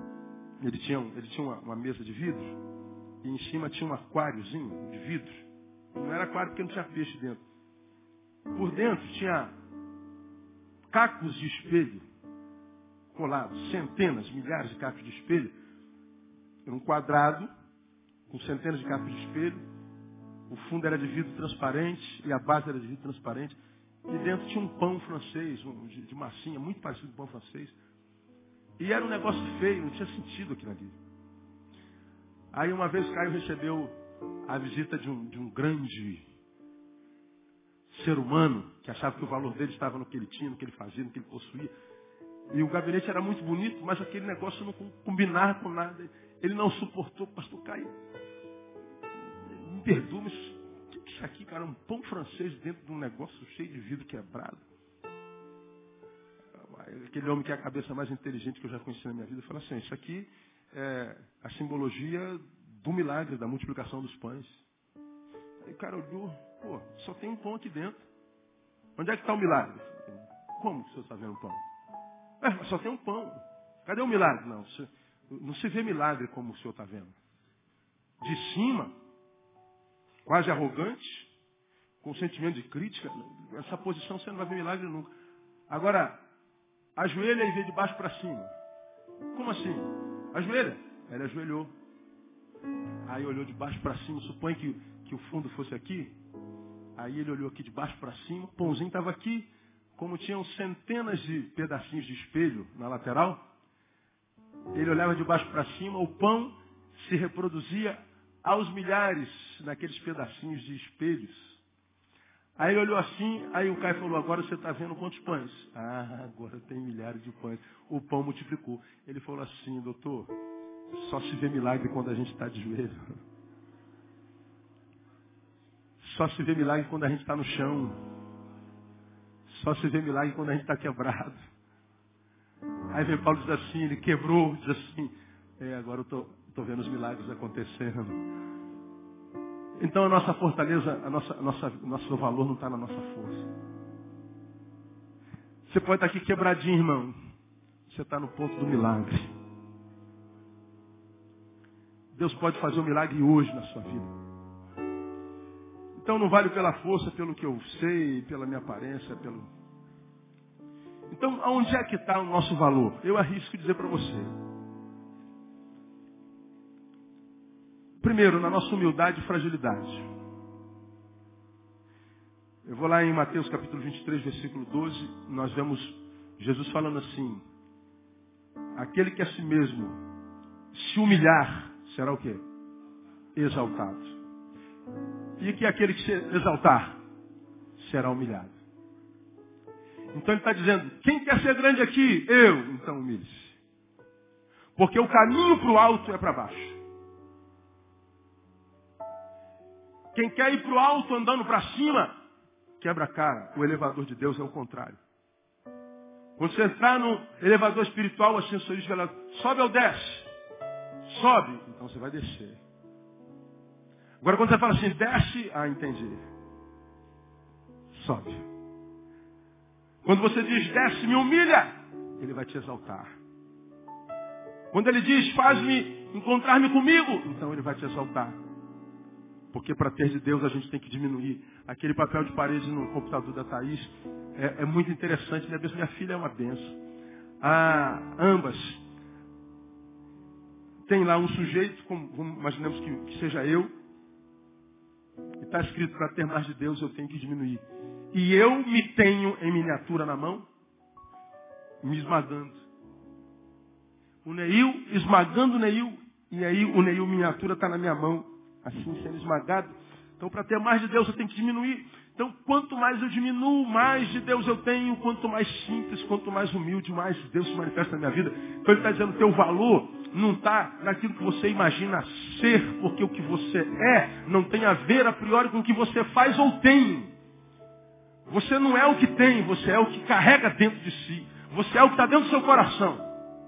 uma mesa de vidro e em cima tinha um aquáriozinho de vidro. Não era aquário porque não tinha peixe dentro. Por dentro tinha cacos de espelho colados, centenas, milhares de cacos de espelho. Era um quadrado com centenas de cacos de espelho. O fundo era de vidro transparente e a base era de vidro transparente. E dentro tinha um pão francês, de massinha, muito parecido com pão francês. E era um negócio feio, não tinha sentido aquilo ali. Aí uma vez Caio recebeu a visita de um grande ser humano, que achava que o valor dele estava no que ele tinha, no que ele fazia, no que ele possuía. E o gabinete era muito bonito, mas aquele negócio não combinava com nada. Ele não suportou, pastor Caio. Me perdoa, mas o que é isso aqui, cara? Um pão francês dentro de um negócio cheio de vidro quebrado. Aquele homem que é a cabeça mais inteligente que eu já conheci na minha vida, fala assim, isso aqui é a simbologia do milagre, da multiplicação dos pães. Aí o cara olhou, pô, só tem um pão aqui dentro. Onde é que está o milagre? Como que o senhor está vendo o pão? Mas só tem um pão. Cadê o milagre? Não se vê milagre como o senhor está vendo. De cima, quase arrogante, com sentimento de crítica, essa posição você não vai ver milagre nunca. Agora, ajoelha e vê de baixo para cima. Como assim? Ajoelha. Ele ajoelhou. Aí olhou de baixo para cima. Supõe que o fundo fosse aqui. Aí ele olhou aqui de baixo para cima. O pãozinho estava aqui. Como tinham centenas de pedacinhos de espelho na lateral, ele olhava de baixo para cima. O pão se reproduzia aos milhares naqueles pedacinhos de espelhos. Aí ele olhou assim, aí o Caio falou, agora você está vendo quantos pães? Ah, agora tem milhares de pães. O pão multiplicou. Ele falou assim, doutor, só se vê milagre quando a gente está de joelho. Só se vê milagre quando a gente está no chão. Só se vê milagre quando a gente está quebrado. Aí vem Paulo e diz assim, ele quebrou, diz assim, agora eu estou vendo os milagres acontecendo. Então a nossa fortaleza, nosso valor não está na nossa força. Você pode estar aqui quebradinho, irmão. Você está no ponto do milagre. Deus pode fazer um milagre hoje na sua vida. Então não vale pela força, pelo que eu sei, pela minha aparência, Então, aonde é que está o nosso valor? Eu arrisco dizer para você. Primeiro, na nossa humildade e fragilidade. Eu vou lá em Mateus capítulo 23, versículo 12. Nós vemos Jesus falando assim. Aquele que a si mesmo se humilhar, será o quê? Exaltado. E que aquele que se exaltar, será humilhado. Então ele está dizendo, quem quer ser grande aqui? Eu. Então humilhe-se. Porque o caminho para o alto é para baixo. Quem quer ir para o alto andando para cima, quebra a cara. O elevador de Deus é o contrário. Quando você entrar no elevador espiritual, o ascensorista fala, sobe ou desce? Sobe. Então você vai descer. Agora quando você fala assim, desce, entendi. Sobe. Quando você diz, desce, me humilha, ele vai te exaltar. Quando ele diz, faz-me encontrar-me comigo, então ele vai te exaltar. Porque para ter de Deus a gente tem que diminuir. Aquele papel de parede no computador da Thaís, É muito interessante. Minha filha é uma benção. Ambas. Tem lá um sujeito, imaginemos que seja eu, e está escrito, para ter mais de Deus eu tenho que diminuir. E eu me tenho em miniatura na mão, me esmagando. O Neil esmagando o Neil, e aí o Neil miniatura está na minha mão, assim sendo esmagado. Então, para ter mais de Deus eu tenho que diminuir. Então, quanto mais eu diminuo, mais de Deus eu tenho. Quanto mais simples, quanto mais humilde, mais Deus se manifesta na minha vida. Então, ele está dizendo que teu valor não está naquilo que você imagina ser, porque o que você é não tem a ver a priori com o que você faz ou tem. Você não é o que tem, você é o que carrega dentro de si. Você é o que está dentro do seu coração.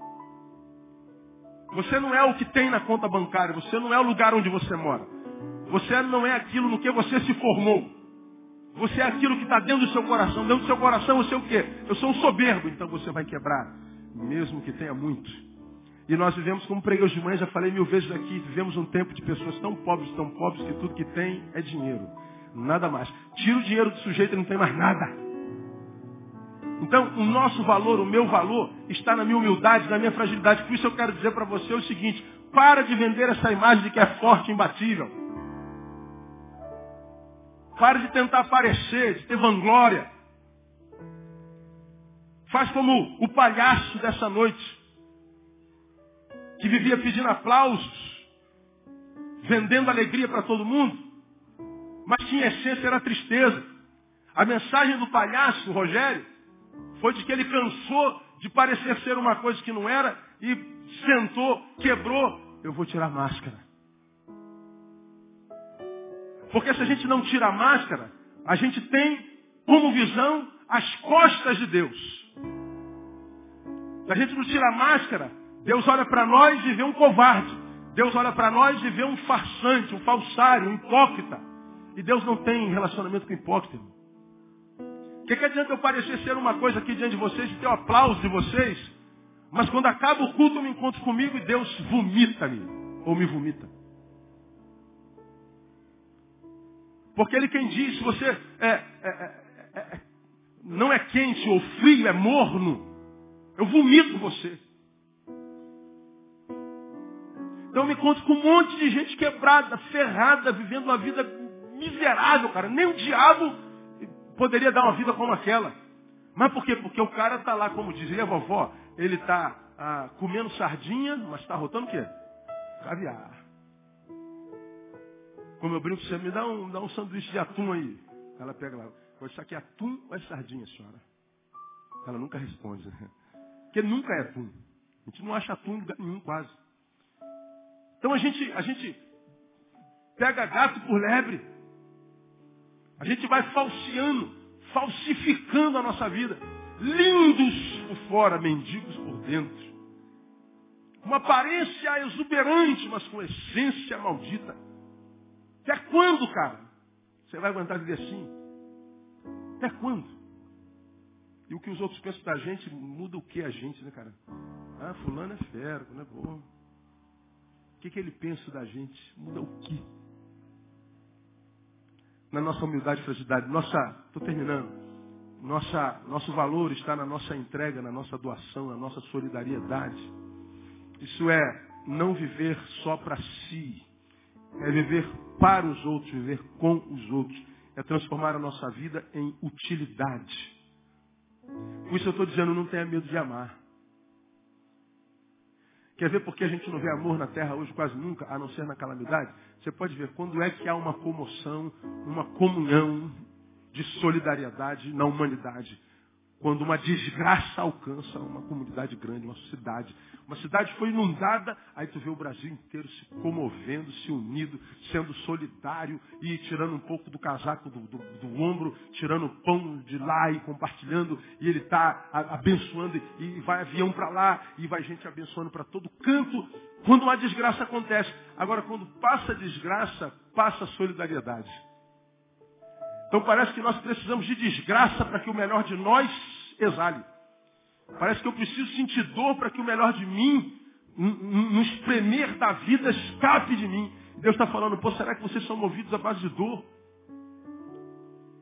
Você não é o que tem na conta bancária, você não é o lugar onde você mora. Você não é aquilo no que você se formou. Você é aquilo que está dentro do seu coração. Dentro do seu coração você é o quê? Eu sou um soberbo, então você vai quebrar, mesmo que tenha muito. E nós vivemos, como preguei hoje de manhã, já falei 1000 vezes aqui, vivemos um tempo de pessoas tão pobres, que tudo que tem é dinheiro. Nada mais. Tira o dinheiro do sujeito e não tem mais nada. Então, o nosso valor, o meu valor, está na minha humildade, na minha fragilidade. Por isso eu quero dizer para você o seguinte: para de vender essa imagem de que é forte e imbatível. Para de tentar aparecer, de ter vanglória. Faz como o palhaço dessa noite, que vivia pedindo aplausos, vendendo alegria para todo mundo, mas que em essência era tristeza. A mensagem do palhaço, Rogério, foi de que ele cansou de parecer ser uma coisa que não era e sentou, quebrou. Eu vou tirar a máscara. Porque se a gente não tira a máscara, a gente tem como visão as costas de Deus. Se a gente não tira a máscara, Deus olha para nós e vê um covarde. Deus olha para nós e vê um farsante, um falsário, um hipócrita. E Deus não tem relacionamento com hipócrita. O que adianta eu parecer ser uma coisa aqui diante de vocês e ter o aplauso de vocês, mas quando acaba o culto eu me encontro comigo e Deus vomita-me, ou me vomita. Porque ele quem diz, se você não é quente ou frio, é morno, eu vomito você. Então eu me encontro com um monte de gente quebrada, ferrada, vivendo uma vida miserável, cara. Nem o diabo poderia dar uma vida como aquela. Mas por quê? Porque o cara está lá, como dizia a vovó, ele está comendo sardinha, mas está rotando o quê? Caviar. Como eu brinco, você me dá um sanduíche de atum aí. Ela pega lá, isso aqui é atum ou é sardinha, senhora? Ela nunca responde. Porque nunca é atum. A gente não acha atum em lugar nenhum, quase. Então a gente pega gato por lebre. A gente vai falsificando a nossa vida. Lindos por fora, mendigos por dentro. Uma aparência exuberante, mas com essência maldita. Até quando, cara? Você vai aguentar viver assim? Até quando? E o que os outros pensam da gente muda o que a gente, né, cara? Fulano é fera, não é bom. O que ele pensa da gente? Muda o quê? Na nossa humildade e fragilidade. Estou terminando. Nosso valor está na nossa entrega, na nossa doação, na nossa solidariedade. Isso é não viver só para si. É viver para os outros, viver com os outros. É transformar a nossa vida em utilidade. Por isso eu estou dizendo, não tenha medo de amar. Quer ver por que a gente não vê amor na terra hoje quase nunca, a não ser na calamidade? Você pode ver quando é que há uma comoção, uma comunhão de solidariedade na humanidade. Quando uma desgraça alcança uma comunidade grande, uma cidade. Uma cidade foi inundada, aí tu vê o Brasil inteiro se comovendo, se unido, sendo solidário e tirando um pouco do casaco do ombro, tirando o pão de lá e compartilhando, e ele está abençoando, e vai avião para lá, e vai gente abençoando para todo canto, quando uma desgraça acontece. Agora, quando passa a desgraça, passa a solidariedade. Então parece que nós precisamos de desgraça para que o melhor de nós exale. Parece que eu preciso sentir dor para que o melhor de mim, no espremer da vida, escape de mim. Deus está falando, será que vocês são movidos à base de dor?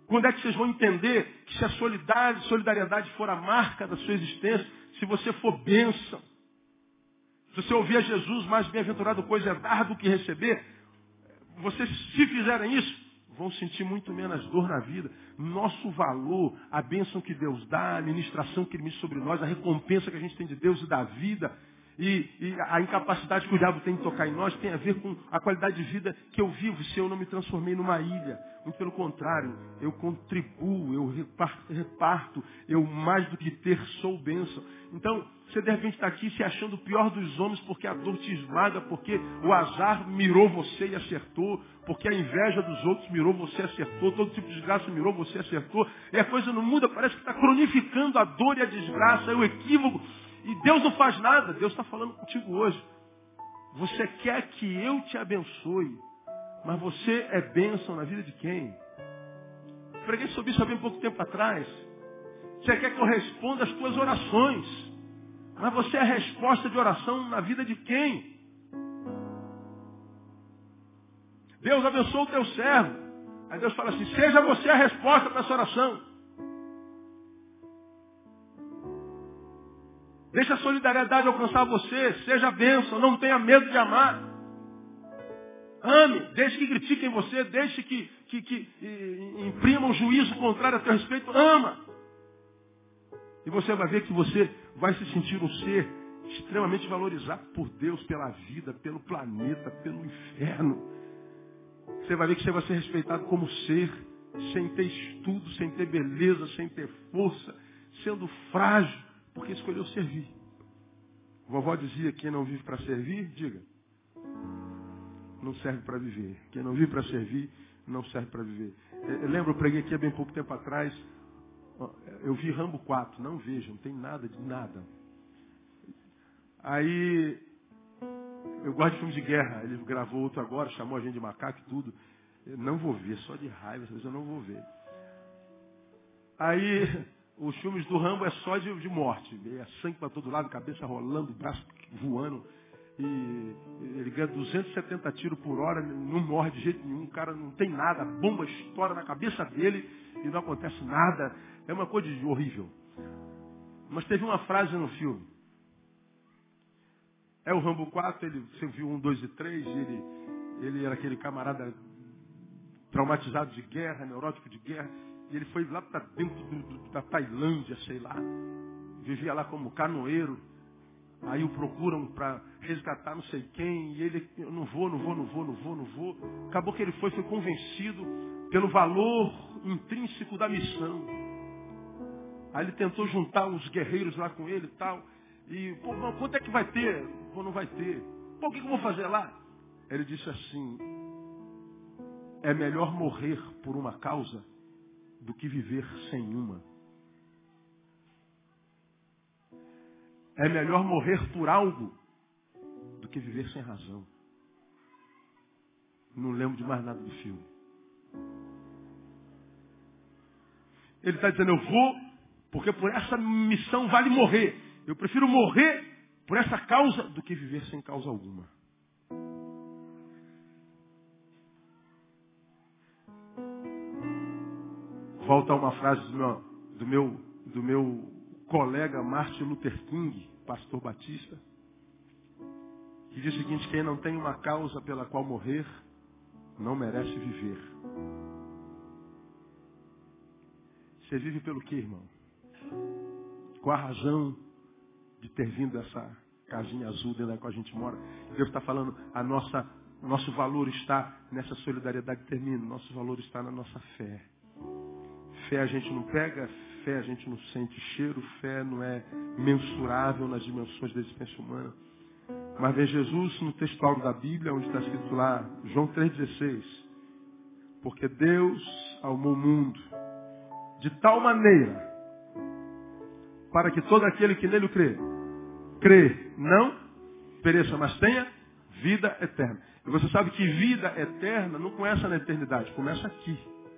Quando é que vocês vão entender que se a solidariedade for a marca da sua existência, se você for bênção, se você ouvir a Jesus, mais bem-aventurado coisa é dar do que receber, vocês, se fizerem isso, vão sentir muito menos dor na vida. Nosso valor, a bênção que Deus dá, a ministração que Ele ministra sobre nós, a recompensa que a gente tem de Deus e da vida, e a incapacidade que o diabo tem de tocar em nós, tem a ver com a qualidade de vida que eu vivo, se eu não me transformei numa ilha. Muito pelo contrário, eu contribuo, eu reparto, eu mais do que ter sou bênção. Então, você de repente está aqui se achando o pior dos homens porque a dor te esmaga, porque o azar mirou você e acertou, porque a inveja dos outros mirou você e acertou, todo tipo de desgraça mirou você e acertou, e a coisa não muda, parece que está cronificando a dor e a desgraça, e o equívoco, e Deus não faz nada. Deus está falando contigo hoje. Você quer que eu te abençoe, mas você é bênção na vida de quem? Preguei sobre isso há bem pouco tempo atrás. Você quer que eu responda as tuas orações, mas você é a resposta de oração na vida de quem? Deus abençoa o teu servo. Aí Deus fala assim, seja você a resposta para essa oração. Deixa a solidariedade alcançar você, seja a bênção, não tenha medo de amar. Ame, deixe que critiquem você, deixe que imprimam juízo contrário a teu respeito, ama. E você vai ver que você vai se sentir um ser extremamente valorizado por Deus, pela vida, pelo planeta, pelo inferno. Você vai ver que você vai ser respeitado como ser, sem ter estudo, sem ter beleza, sem ter força, sendo frágil, porque escolheu servir. Vovó dizia, quem não vive para servir, diga, não serve para viver. Quem não vive para servir, não serve para viver. Eu lembro, eu preguei aqui há bem pouco tempo atrás, eu vi Rambo 4, não vejo, não tem nada de nada. Aí, eu gosto de filme de guerra, ele gravou outro agora, chamou a gente de macaco e tudo. Eu não vou ver, só de raiva, às vezes eu não vou ver. Aí, os filmes do Rambo é só de morte, é sangue para todo lado, cabeça rolando, braço voando. E ele ganha 270 tiros por hora, não morre de jeito nenhum, o cara não tem nada, a bomba estoura na cabeça dele e não acontece nada. É uma coisa horrível. Mas teve uma frase no filme. É o Rambo 4, você viu 1, 2 e 3, ele era aquele camarada traumatizado de guerra, neurótico de guerra, e ele foi lá para dentro da Tailândia, sei lá, vivia lá como canoeiro. Aí o procuram para resgatar não sei quem, e ele, eu não vou. Acabou que ele foi convencido pelo valor intrínseco da missão. Aí ele tentou juntar uns guerreiros lá com ele e tal. E, pô, quanto é que vai ter? Pô, não vai ter. Pô, o que eu vou fazer lá? Ele disse assim, é melhor morrer por uma causa do que viver sem uma. É melhor morrer por algo do que viver sem razão. Não lembro de mais nada do filme. Ele está dizendo, eu vou, porque por essa missão vale morrer. Eu prefiro morrer por essa causa do que viver sem causa alguma. Volta a uma frase do meu colega Martin Luther King, pastor batista, que diz o seguinte, quem não tem uma causa pela qual morrer, não merece viver. Você vive pelo quê, irmão? Qual a razão de ter vindo essa casinha azul dentro da qual a gente mora? Deus está falando, nosso valor está nessa solidariedade que termina, nosso valor está na nossa fé. Fé a gente não pega, fé a gente não sente cheiro, fé não é mensurável nas dimensões da existência humana. Mas vê Jesus no texto áureo da Bíblia, onde está escrito lá, João 3,16. Porque Deus amou o mundo de tal maneira, para que todo aquele que nele crê, não pereça, mas tenha vida eterna. E você sabe que vida eterna não começa na eternidade, começa aqui.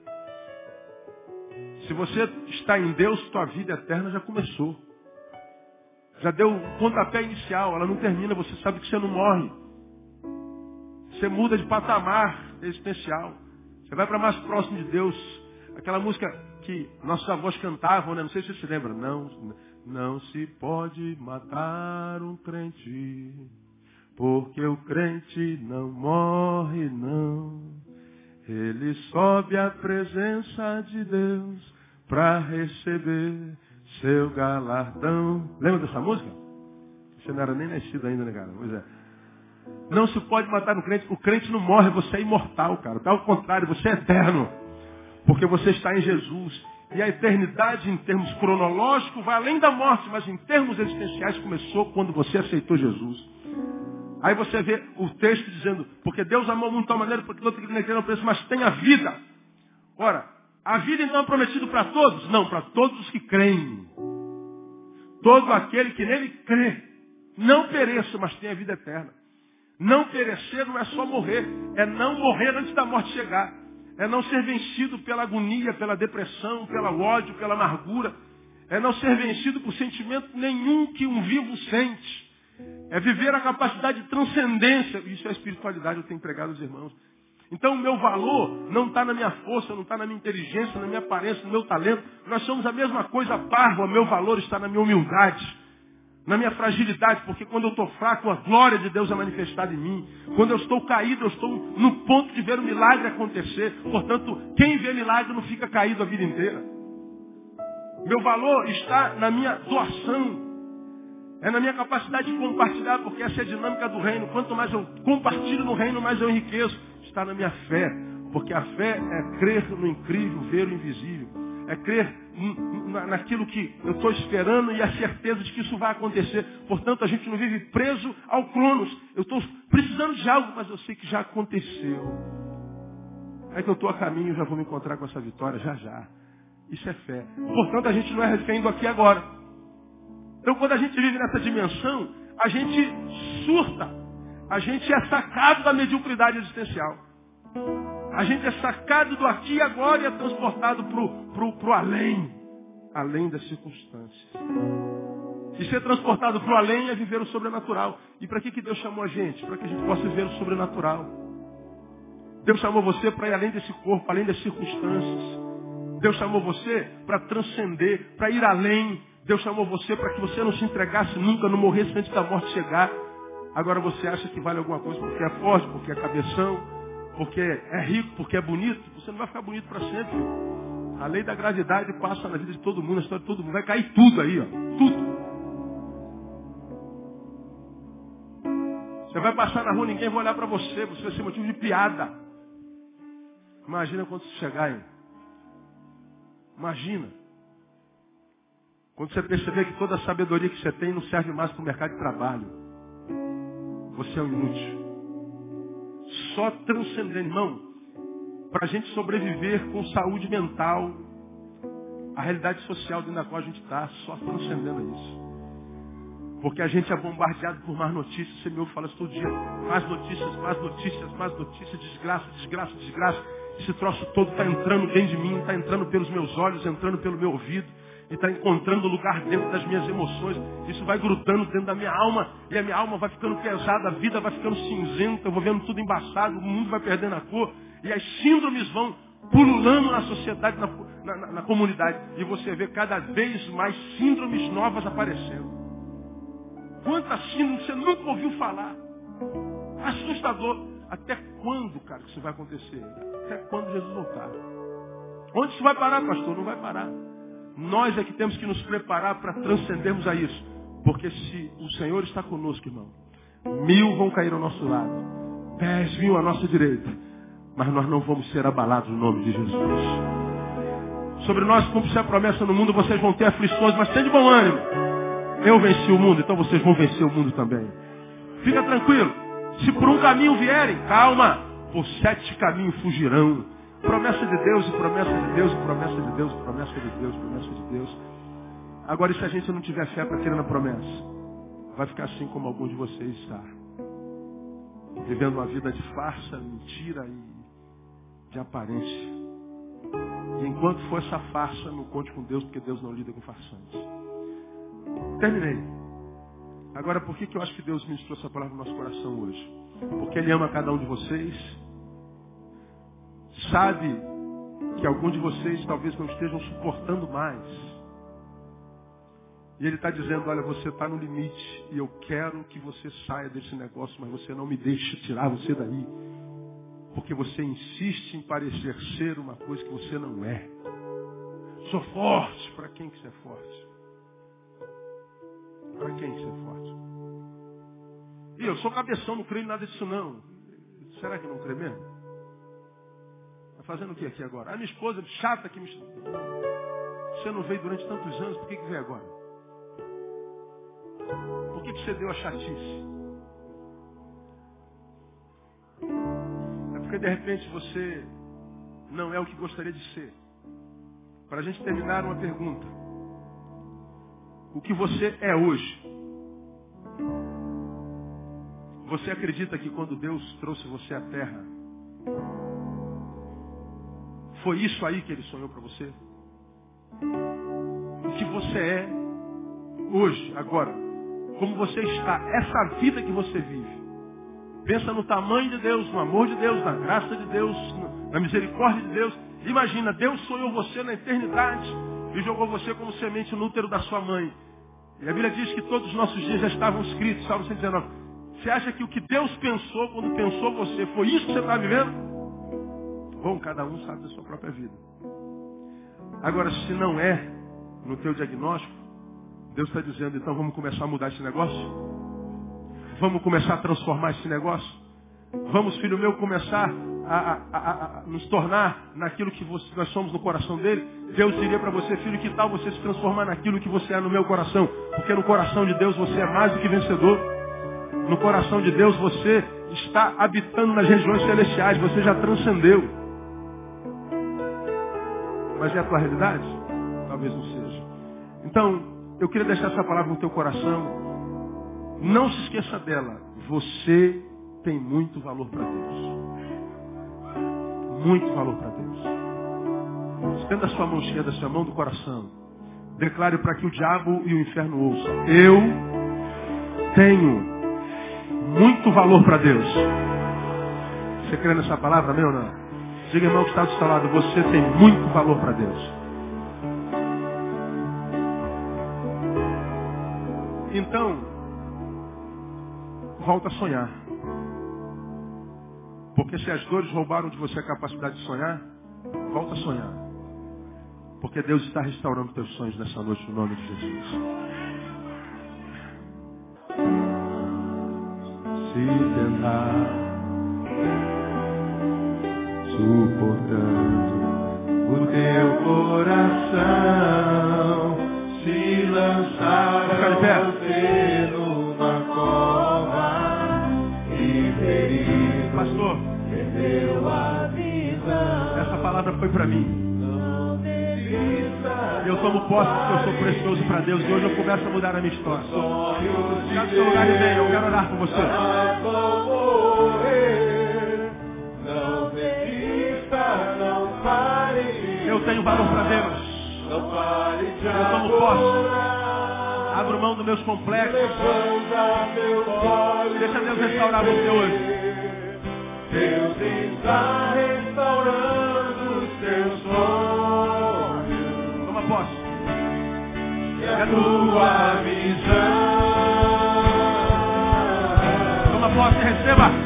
Se você está em Deus, tua vida eterna já começou. Já deu o pontapé inicial, ela não termina, você sabe que você não morre. Você muda de patamar existencial. Você vai para mais próximo de Deus. Aquela música que nossos avós cantavam, né? Não sei se você se lembra. Não se pode matar um crente, porque o crente não morre, não. Ele sobe à presença de Deus para receber seu galardão. Lembra dessa música? Você não era nem nascido ainda, né, cara? Pois é. Não se pode matar um crente. O crente não morre, você é imortal, cara. Ao contrário, você é eterno. Porque você está em Jesus. E a eternidade, em termos cronológicos, vai além da morte, mas em termos existenciais começou quando você aceitou Jesus. Aí você vê o texto dizendo, porque Deus amou muito de tal maneira, porque todo que não preço, mas tem a vida. Ora, a vida então é prometida para todos? Não, para todos os que creem. Todo aquele que nele crê. Não pereça, mas tem a vida eterna. Não perecer não é só morrer, é não morrer antes da morte chegar. É não ser vencido pela agonia, pela depressão, pelo ódio, pela amargura. É não ser vencido por sentimento nenhum que um vivo sente. É viver a capacidade de transcendência. Isso é espiritualidade, eu tenho pregado aos irmãos. Então o meu valor não está na minha força, não está na minha inteligência, na minha aparência, no meu talento. Nós somos a mesma coisa, barro. O meu valor está na minha humildade, na minha fragilidade, porque quando eu estou fraco, a glória de Deus é manifestada em mim. Quando eu estou caído, eu estou no ponto de ver o milagre acontecer. Portanto, quem vê milagre não fica caído a vida inteira. Meu valor está na minha doação. É na minha capacidade de compartilhar, porque essa é a dinâmica do reino. Quanto mais eu compartilho no reino, mais eu enriqueço. Está na minha fé, porque a fé é crer no incrível, ver o invisível. É crer naquilo que eu estou esperando e a certeza de que isso vai acontecer. Portanto, a gente não vive preso ao cronos. Eu estou precisando de algo, mas eu sei que já aconteceu. Aí que eu estou a caminho, já vou me encontrar com essa vitória, já já. Isso é fé. Portanto, a gente não é refém do aqui e agora. Então, quando a gente vive nessa dimensão, a gente surta. A gente é sacado da mediocridade existencial. A gente é sacado do aqui e agora e é transportado para o além. Além das circunstâncias. E ser transportado para o além é viver o sobrenatural. E para que Deus chamou a gente? Para que a gente possa viver o sobrenatural. Deus chamou você para ir além desse corpo, além das circunstâncias. Deus chamou você para transcender, para ir além. Deus chamou você para que você não se entregasse nunca, não morresse antes da morte chegar. Agora você acha que vale alguma coisa porque é forte, porque é cabeção, porque é rico, porque é bonito. Você não vai ficar bonito para sempre. A lei da gravidade passa na vida de todo mundo, na história de todo mundo. Vai cair tudo aí, ó. Tudo. Você vai passar na rua, ninguém vai olhar para você. Você vai ser motivo de piada. Imagina quando você chegar aí. Imagina. Quando você perceber que toda a sabedoria que você tem não serve mais para o mercado de trabalho. Você é um inútil. Só transcendendo, irmão, para a gente sobreviver com saúde mental, a realidade social dentro da qual a gente está, só transcendendo isso. Porque a gente é bombardeado por más notícias. Você me ouve falar isso todo dia. Mais notícias, mais notícias, mais notícias, desgraça, desgraça, desgraça. Esse troço todo está entrando dentro de mim, está entrando pelos meus olhos, entrando pelo meu ouvido. E está encontrando lugar dentro das minhas emoções. Isso vai grudando dentro da minha alma. E a minha alma vai ficando pesada, a vida vai ficando cinzenta. Eu vou vendo tudo embaçado, o mundo vai perdendo a cor. E as síndromes vão pululando na sociedade, na comunidade. E você vê cada vez mais síndromes novas aparecendo. Quantas síndromes você nunca ouviu falar? Assustador. Até quando, cara, que isso vai acontecer? Até quando Jesus voltar? Onde isso vai parar, pastor? Não vai parar. Nós é que temos que nos preparar para transcendermos a isso. Porque se o Senhor está conosco, irmão, 1000 vão cair ao nosso lado, 10.000 à nossa direita, mas nós não vamos ser abalados no nome de Jesus. Sobre nós, cumpre-se a promessa no mundo, vocês vão ter aflições, mas tenham de bom ânimo. Eu venci o mundo, então vocês vão vencer o mundo também. Fica tranquilo. Se por um caminho vierem, calma, por 7 caminhos fugirão. Promessa de Deus, e promessa de Deus, e promessa de Deus, e promessa de Deus, promessa de Deus. Agora, e se a gente não tiver fé para crer na promessa? Vai ficar assim como algum de vocês está. Vivendo uma vida de farsa, mentira e de aparência. E enquanto for essa farsa, não conte com Deus, porque Deus não lida com farsantes. Terminei. Agora, por que eu acho que Deus ministrou essa palavra no nosso coração hoje? Porque Ele ama cada um de vocês. Sabe que alguns de vocês talvez não estejam suportando mais. E ele está dizendo, olha, você está no limite e eu quero que você saia desse negócio, mas você não me deixa tirar você daí. Porque você insiste em parecer ser uma coisa que você não é. Sou forte. Para quem que você é forte? Para quem que você é forte? E eu sou cabeção, não creio em nada disso não. Será que não crê mesmo? Está fazendo o que aqui agora? A minha esposa, chata que me... Você não veio durante tantos anos, por que veio agora? Por que você deu a chatice? É porque de repente você não é o que gostaria de ser. Para a gente terminar, uma pergunta. O que você é hoje? Você acredita que quando Deus trouxe você à terra, foi isso aí que Ele sonhou para você? O que você é hoje, agora, como você está, essa vida que você vive. Pensa no tamanho de Deus, no amor de Deus, na graça de Deus, na misericórdia de Deus. Imagina, Deus sonhou você na eternidade e jogou você como semente no útero da sua mãe. E a Bíblia diz que todos os nossos dias já estavam escritos, Salmo 119. Você acha que o que Deus pensou quando pensou você foi isso que você está vivendo? Bom, cada um sabe da sua própria vida. Agora, se não é no teu diagnóstico, Deus está dizendo, então vamos começar a mudar esse negócio? Vamos começar a transformar esse negócio? Vamos, filho meu, começar a nos tornar naquilo que nós somos no coração dele? Deus diria para você, filho, que tal você se transformar naquilo que você é no meu coração? Porque no coração de Deus você é mais do que vencedor. No coração de Deus você está habitando nas regiões celestiais, você já transcendeu. Mas é a tua realidade? Talvez não seja. Então, eu queria deixar essa palavra no teu coração. Não se esqueça dela. Você tem muito valor para Deus. Muito valor para Deus. Estenda a sua mão esquerda, a sua mão do coração. Declare para que o diabo e o inferno ouçam. Eu tenho muito valor para Deus. Você crê nessa palavra, meu ou não? Diga, irmão, que está do seu lado, você tem muito valor para Deus. Então, volta a sonhar. Porque se as dores roubaram de você a capacidade de sonhar, volta a sonhar. Porque Deus está restaurando teus sonhos nessa noite, no nome de Jesus. Se tentar, suportando o teu coração, se lançar você numa cova e ferir, pastor, perdeu a visão. Essa palavra foi para mim. Eu tomo posse porque eu sou precioso para Deus e hoje eu começo a mudar a minha história. Fica no seu lugar e vem, eu quero orar com você. Não desista, não pare. Eu tenho valor para Deus. Eu tomo posse. Abro mão dos meus complexos. Deixa Deus restaurar você hoje. Deus está restaurando os teus sonhos. Toma posse. E a tua visão. Toma posse, receba.